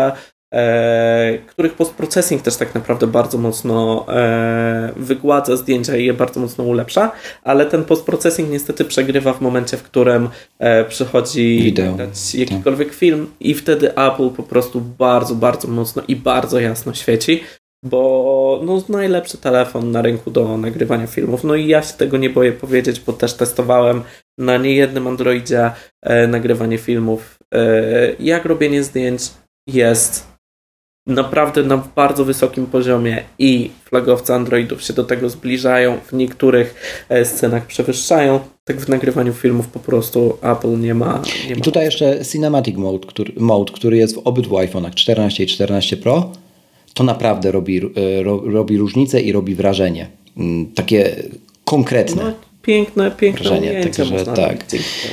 [SPEAKER 2] których postprocessing też tak naprawdę bardzo mocno wygładza zdjęcia i je bardzo mocno ulepsza, ale ten postprocessing niestety przegrywa w momencie, w którym przychodzi nagrać jakikolwiek film i wtedy Apple po prostu bardzo, bardzo mocno i bardzo jasno świeci, bo najlepszy telefon na rynku do nagrywania filmów. I ja się tego nie boję powiedzieć, bo też testowałem na niejednym Androidzie nagrywanie filmów. Jak robienie zdjęć jest naprawdę na bardzo wysokim poziomie i flagowce Androidów się do tego zbliżają, w niektórych scenach przewyższają, tak w nagrywaniu filmów po prostu Apple nie ma.
[SPEAKER 1] I tutaj jeszcze Cinematic Mode, który jest w obydwu iPhone'ach 14 i 14 Pro, to naprawdę robi różnicę i robi wrażenie. Takie konkretne.
[SPEAKER 2] Piękne
[SPEAKER 1] wrażenie. Także tak.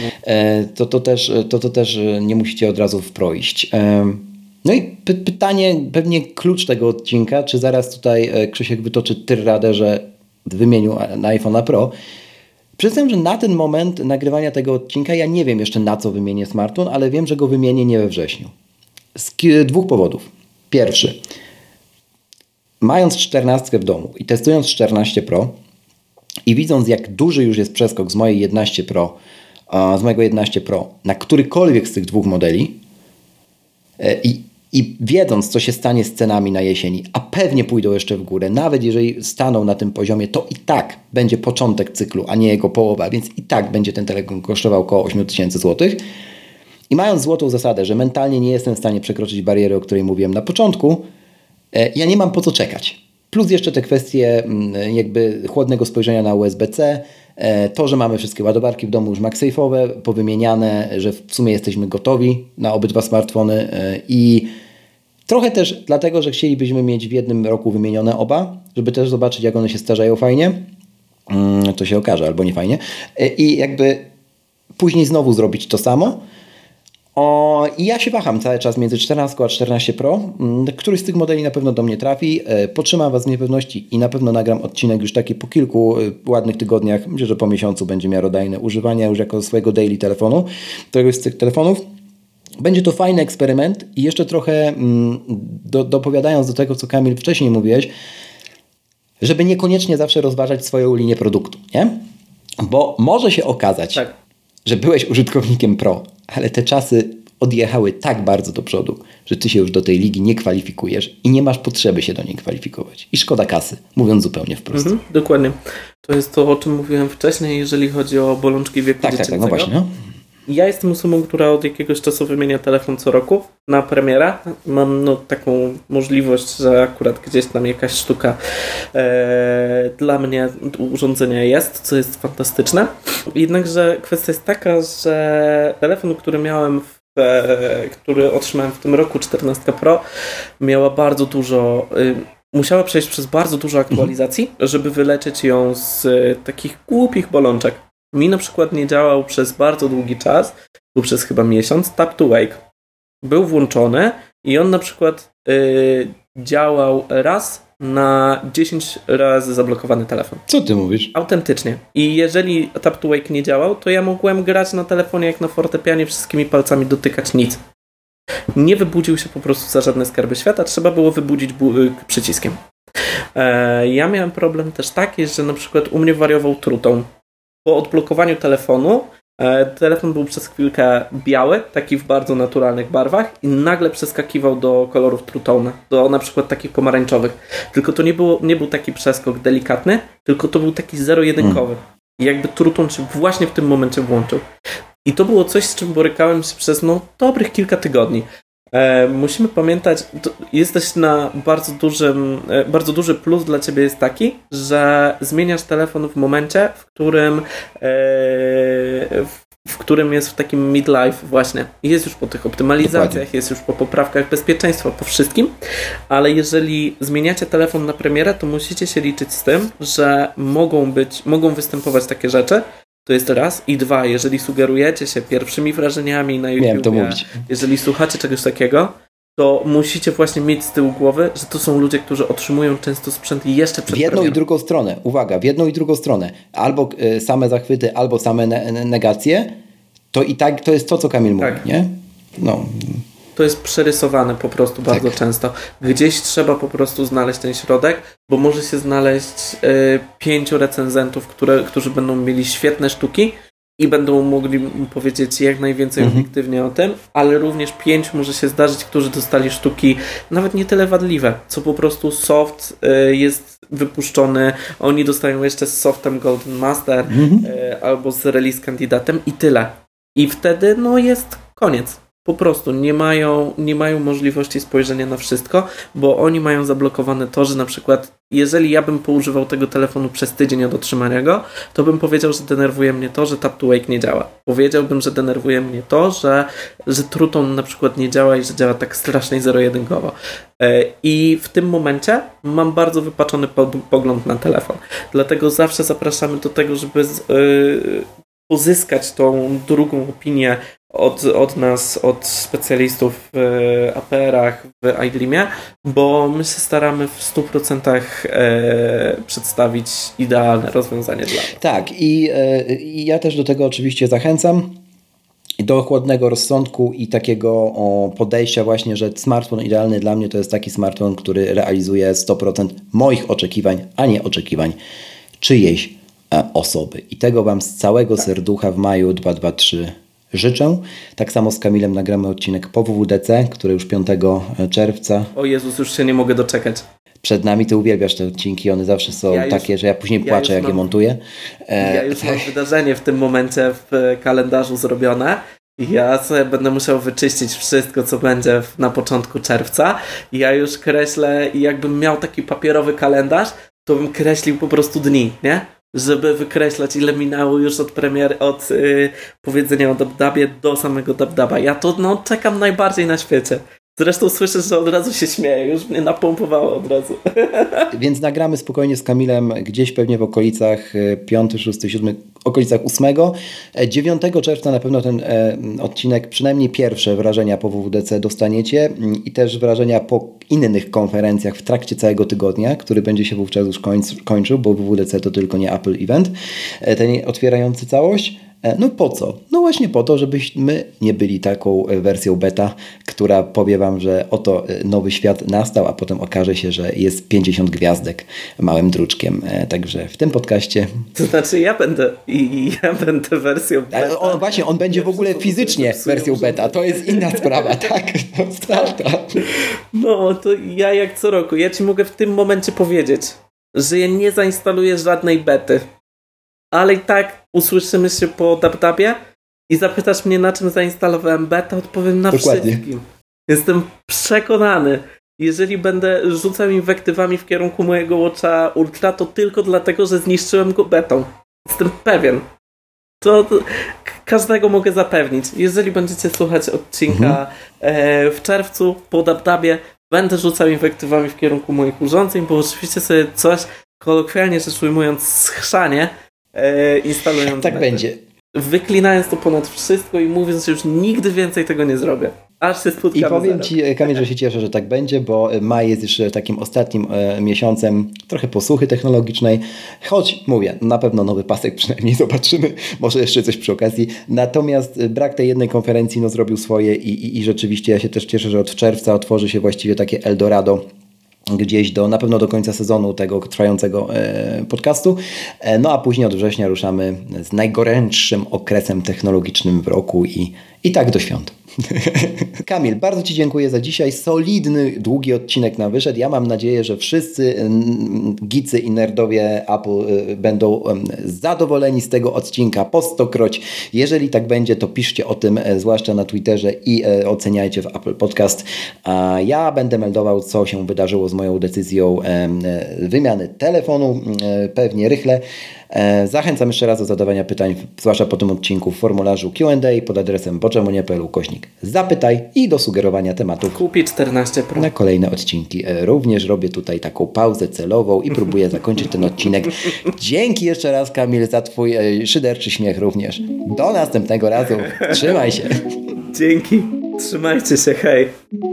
[SPEAKER 1] To też nie musicie od razu wproiść. I pytanie, pewnie klucz tego odcinka, czy zaraz tutaj Krzysiek wytoczy tyradę, że wymienił na iPhone'a Pro. Przyznam, że na ten moment nagrywania tego odcinka ja nie wiem jeszcze na co wymienię smartfon, ale wiem, że go wymienię nie we wrześniu. Z 2 powodów. Pierwszy. Mając 14 w domu i testując 14 Pro i widząc jak duży już jest przeskok z mojego 11 Pro na którykolwiek z tych 2 modeli i wiedząc, co się stanie z cenami na jesieni, a pewnie pójdą jeszcze w górę, nawet jeżeli staną na tym poziomie, to i tak będzie początek cyklu, a nie jego połowa, więc i tak będzie ten telefon kosztował około 8000 zł. I mając złotą zasadę, że mentalnie nie jestem w stanie przekroczyć bariery, o której mówiłem na początku, ja nie mam po co czekać. Plus jeszcze te kwestie jakby chłodnego spojrzenia na USB-C, to, że mamy wszystkie ładowarki w domu już MagSafe'owe, powymieniane, że w sumie jesteśmy gotowi na obydwa smartfony i trochę też dlatego, że chcielibyśmy mieć w jednym roku wymienione oba, żeby też zobaczyć, jak one się starzeją fajnie. To się okaże, albo nie fajnie. I jakby później znowu zrobić to samo. I ja się waham cały czas między 14 a 14 Pro. Któryś z tych modeli na pewno do mnie trafi. Potrzymam Was w niepewności i na pewno nagram odcinek już taki po kilku ładnych tygodniach. Myślę, że po miesiącu będzie miarodajne używania już jako swojego daily telefonu. Któregoś z tych telefonów. Będzie to fajny eksperyment i jeszcze trochę dopowiadając do tego, co Kamil wcześniej mówiłeś, żeby niekoniecznie zawsze rozważać swoją linię produktu, nie? Bo może się okazać, że byłeś użytkownikiem Pro, ale te czasy odjechały tak bardzo do przodu, że ty się już do tej ligi nie kwalifikujesz i nie masz potrzeby się do niej kwalifikować. I szkoda kasy, mówiąc zupełnie wprost.
[SPEAKER 2] Dokładnie. To jest to, o czym mówiłem wcześniej, jeżeli chodzi o bolączki wieku dziecięcego.
[SPEAKER 1] Tak, no właśnie.
[SPEAKER 2] Ja jestem osobą, która od jakiegoś czasu wymienia telefon co roku na premierę. Mam taką możliwość, że akurat gdzieś tam jakaś sztuka dla mnie urządzenia jest, co jest fantastyczne. Jednakże kwestia jest taka, że telefon, który miałem który otrzymałem w tym roku, 14 Pro, miała bardzo dużo... Musiała przejść przez bardzo dużo aktualizacji, żeby wyleczyć ją z takich głupich bolączek. Mi na przykład nie działał przez bardzo długi czas, był przez chyba miesiąc, Tap to Wake. był włączony i on na przykład działał raz na 10 razy zablokowany telefon.
[SPEAKER 1] Co ty mówisz?
[SPEAKER 2] Autentycznie. I jeżeli Tap to Wake nie działał, to ja mogłem grać na telefonie jak na fortepianie, wszystkimi palcami dotykać nic. Nie wybudził się po prostu za żadne skarby świata, trzeba było wybudzić przyciskiem. Ja miałem problem też taki, że na przykład u mnie wariował trutą. Po odblokowaniu telefonu telefon był przez chwilkę biały, taki w bardzo naturalnych barwach i nagle przeskakiwał do kolorów trutone, do na przykład takich pomarańczowych. Tylko to nie był taki przeskok delikatny, tylko to był taki zero-jedynkowy. I jakby truton się właśnie w tym momencie włączył. I to było coś, z czym borykałem się przez dobrych kilka tygodni. Musimy pamiętać, jesteś na bardzo duży plus dla ciebie jest taki, że zmieniasz telefon w momencie, w którym jest w takim midlife właśnie. Jest już po tych optymalizacjach,
[SPEAKER 1] Dokładnie.
[SPEAKER 2] jest już po poprawkach bezpieczeństwa, po wszystkim, ale jeżeli zmieniacie telefon na premierę, to musicie się liczyć z tym, że mogą występować takie rzeczy. To jest raz. I dwa, jeżeli sugerujecie się pierwszymi wrażeniami na
[SPEAKER 1] Miałem to
[SPEAKER 2] YouTube,
[SPEAKER 1] mówić.
[SPEAKER 2] jeżeli słuchacie czegoś takiego, to musicie właśnie mieć z tyłu głowy, że to są ludzie, którzy otrzymują często sprzęt jeszcze przed
[SPEAKER 1] W jedną
[SPEAKER 2] premierą.
[SPEAKER 1] i drugą stronę. Uwaga, w jedną i drugą stronę. Albo same zachwyty, albo same negacje. To i tak to jest to, co Kamil mówi,
[SPEAKER 2] Tak.
[SPEAKER 1] nie? No.
[SPEAKER 2] To jest przerysowane po prostu bardzo często. Gdzieś trzeba po prostu znaleźć ten środek, bo może się znaleźć 5 recenzentów, którzy będą mieli świetne sztuki i będą mogli powiedzieć jak najwięcej obiektywnie o tym, ale również 5 może się zdarzyć, którzy dostali sztuki nawet nie tyle wadliwe, co po prostu soft jest wypuszczony, oni dostają jeszcze z softem Golden Master albo z release kandydatem i tyle. I wtedy jest koniec. Po prostu nie mają możliwości spojrzenia na wszystko, bo oni mają zablokowane to, że na przykład jeżeli ja bym poużywał tego telefonu przez tydzień od otrzymania go, to bym powiedział, że denerwuje mnie to, że Tap to Wake nie działa. Powiedziałbym, że denerwuje mnie to, że Truton na przykład nie działa i że działa tak strasznie zero-jedynkowo. I w tym momencie mam bardzo wypaczony pogląd na telefon. Dlatego zawsze zapraszamy do tego, żeby pozyskać tą drugą opinię od nas, od specjalistów w APR-ach, w iDreamie, bo my się staramy w 100% przedstawić idealne rozwiązanie dla was.
[SPEAKER 1] Tak, i ja też do tego oczywiście zachęcam. Do chłodnego rozsądku i takiego podejścia właśnie, że smartfon idealny dla mnie to jest taki smartfon, który realizuje 100% moich oczekiwań, a nie oczekiwań czyjejś osoby. I tego Wam z całego serducha w maju 2023 życzę. Tak samo z Kamilem nagramy odcinek po WWDC, który już 5 czerwca.
[SPEAKER 2] O Jezus, już się nie mogę doczekać.
[SPEAKER 1] Przed nami, ty uwielbiasz te odcinki, one zawsze są takie, że ja później płaczę, jak je montuję.
[SPEAKER 2] Ja już mam wydarzenie w tym momencie w kalendarzu zrobione. Ja sobie będę musiał wyczyścić wszystko, co będzie na początku czerwca. Ja już kreślę i jakbym miał taki papierowy kalendarz, to bym kreślił po prostu dni, nie? Żeby wykreślać, ile minęło już od premiery, od powiedzenia o Dabdabie do samego Dabdaba. Ja to czekam najbardziej na świecie. Zresztą słyszę, że od razu się śmieję, już mnie napompowało od razu.
[SPEAKER 1] Więc nagramy spokojnie z Kamilem gdzieś pewnie w okolicach 5, 6, 7, okolicach 8. 9 czerwca na pewno ten odcinek, przynajmniej pierwsze wrażenia po WWDC dostaniecie i też wrażenia po innych konferencjach w trakcie całego tygodnia, który będzie się wówczas już kończył, bo WWDC to tylko nie Apple Event, ten otwierający całość. No po co? No właśnie po to, żebyśmy nie byli taką wersją beta, która powie Wam, że oto nowy świat nastał, a potem okaże się, że jest 50 gwiazdek małym druczkiem. Także w tym podcaście...
[SPEAKER 2] To znaczy ja będę wersją beta.
[SPEAKER 1] Ale on będzie w ogóle fizycznie wersją beta. To jest inna sprawa, tak? To prawda.
[SPEAKER 2] No to ja jak co roku, ja Ci mogę w tym momencie powiedzieć, że ja nie zainstaluję żadnej bety. Ale i tak usłyszymy się po Dabdabie i zapytasz mnie, na czym zainstalowałem betę, odpowiem na
[SPEAKER 1] Dokładnie.
[SPEAKER 2] wszystkim. Jestem przekonany. Jeżeli będę rzucał inwektywami w kierunku mojego Watcha Ultra, to tylko dlatego, że zniszczyłem go betą. Jestem pewien. To każdego mogę zapewnić. Jeżeli będziecie słuchać odcinka w czerwcu po Dabdabie, będę rzucał inwektywami w kierunku moich urządzeń, bo oczywiście sobie coś, kolokwialnie rzecz ujmując, schrzanie instalując
[SPEAKER 1] Tak
[SPEAKER 2] betę.
[SPEAKER 1] będzie.
[SPEAKER 2] Wyklinając to ponad wszystko i mówiąc, że już nigdy więcej tego nie zrobię. Aż się
[SPEAKER 1] I
[SPEAKER 2] spotkamy
[SPEAKER 1] powiem
[SPEAKER 2] zaraz.
[SPEAKER 1] Ci, Kamil, że się cieszę, że tak będzie, bo maj jest jeszcze takim ostatnim miesiącem trochę posłuchy technologicznej, choć mówię, na pewno nowy pasek przynajmniej zobaczymy, może jeszcze coś przy okazji. Natomiast brak tej jednej konferencji zrobił swoje i rzeczywiście ja się też cieszę, że od czerwca otworzy się właściwie takie Eldorado gdzieś na pewno do końca sezonu tego trwającego podcastu. No a później od września ruszamy z najgorętszym okresem technologicznym w roku i tak do świąt. Kamil, bardzo Ci dziękuję za dzisiaj. Solidny, długi odcinek nam wyszedł. Ja mam nadzieję, że wszyscy geecy i nerdowie Apple będą zadowoleni z tego odcinka po 100-kroć. Jeżeli tak będzie, to piszcie o tym, zwłaszcza na Twitterze i oceniajcie w Apple Podcast. A ja będę meldował, co się wydarzyło z moją decyzją wymiany telefonu, pewnie rychle. Zachęcam jeszcze raz do zadawania pytań, zwłaszcza po tym odcinku w formularzu Q&A pod adresem boczemunie.pl/zapytaj i do sugerowania tematów
[SPEAKER 2] Kupi 14 Pro.
[SPEAKER 1] na kolejne odcinki. Również robię tutaj taką pauzę celową i próbuję zakończyć ten odcinek. Dzięki jeszcze raz, Kamil, za Twój szyderczy śmiech również. Do następnego razu. Trzymaj się.
[SPEAKER 2] Dzięki. Trzymajcie się, hej.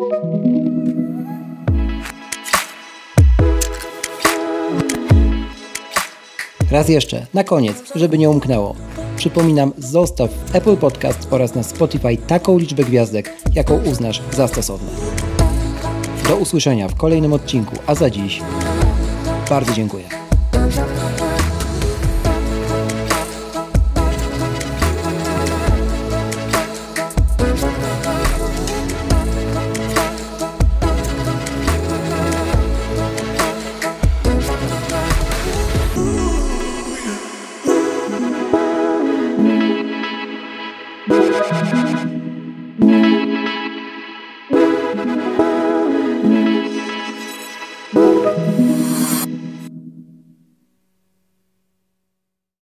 [SPEAKER 1] Raz jeszcze, na koniec, żeby nie umknęło. Przypominam, zostaw w Apple Podcast oraz na Spotify taką liczbę gwiazdek, jaką uznasz za stosowne. Do usłyszenia w kolejnym odcinku, a za dziś bardzo dziękuję.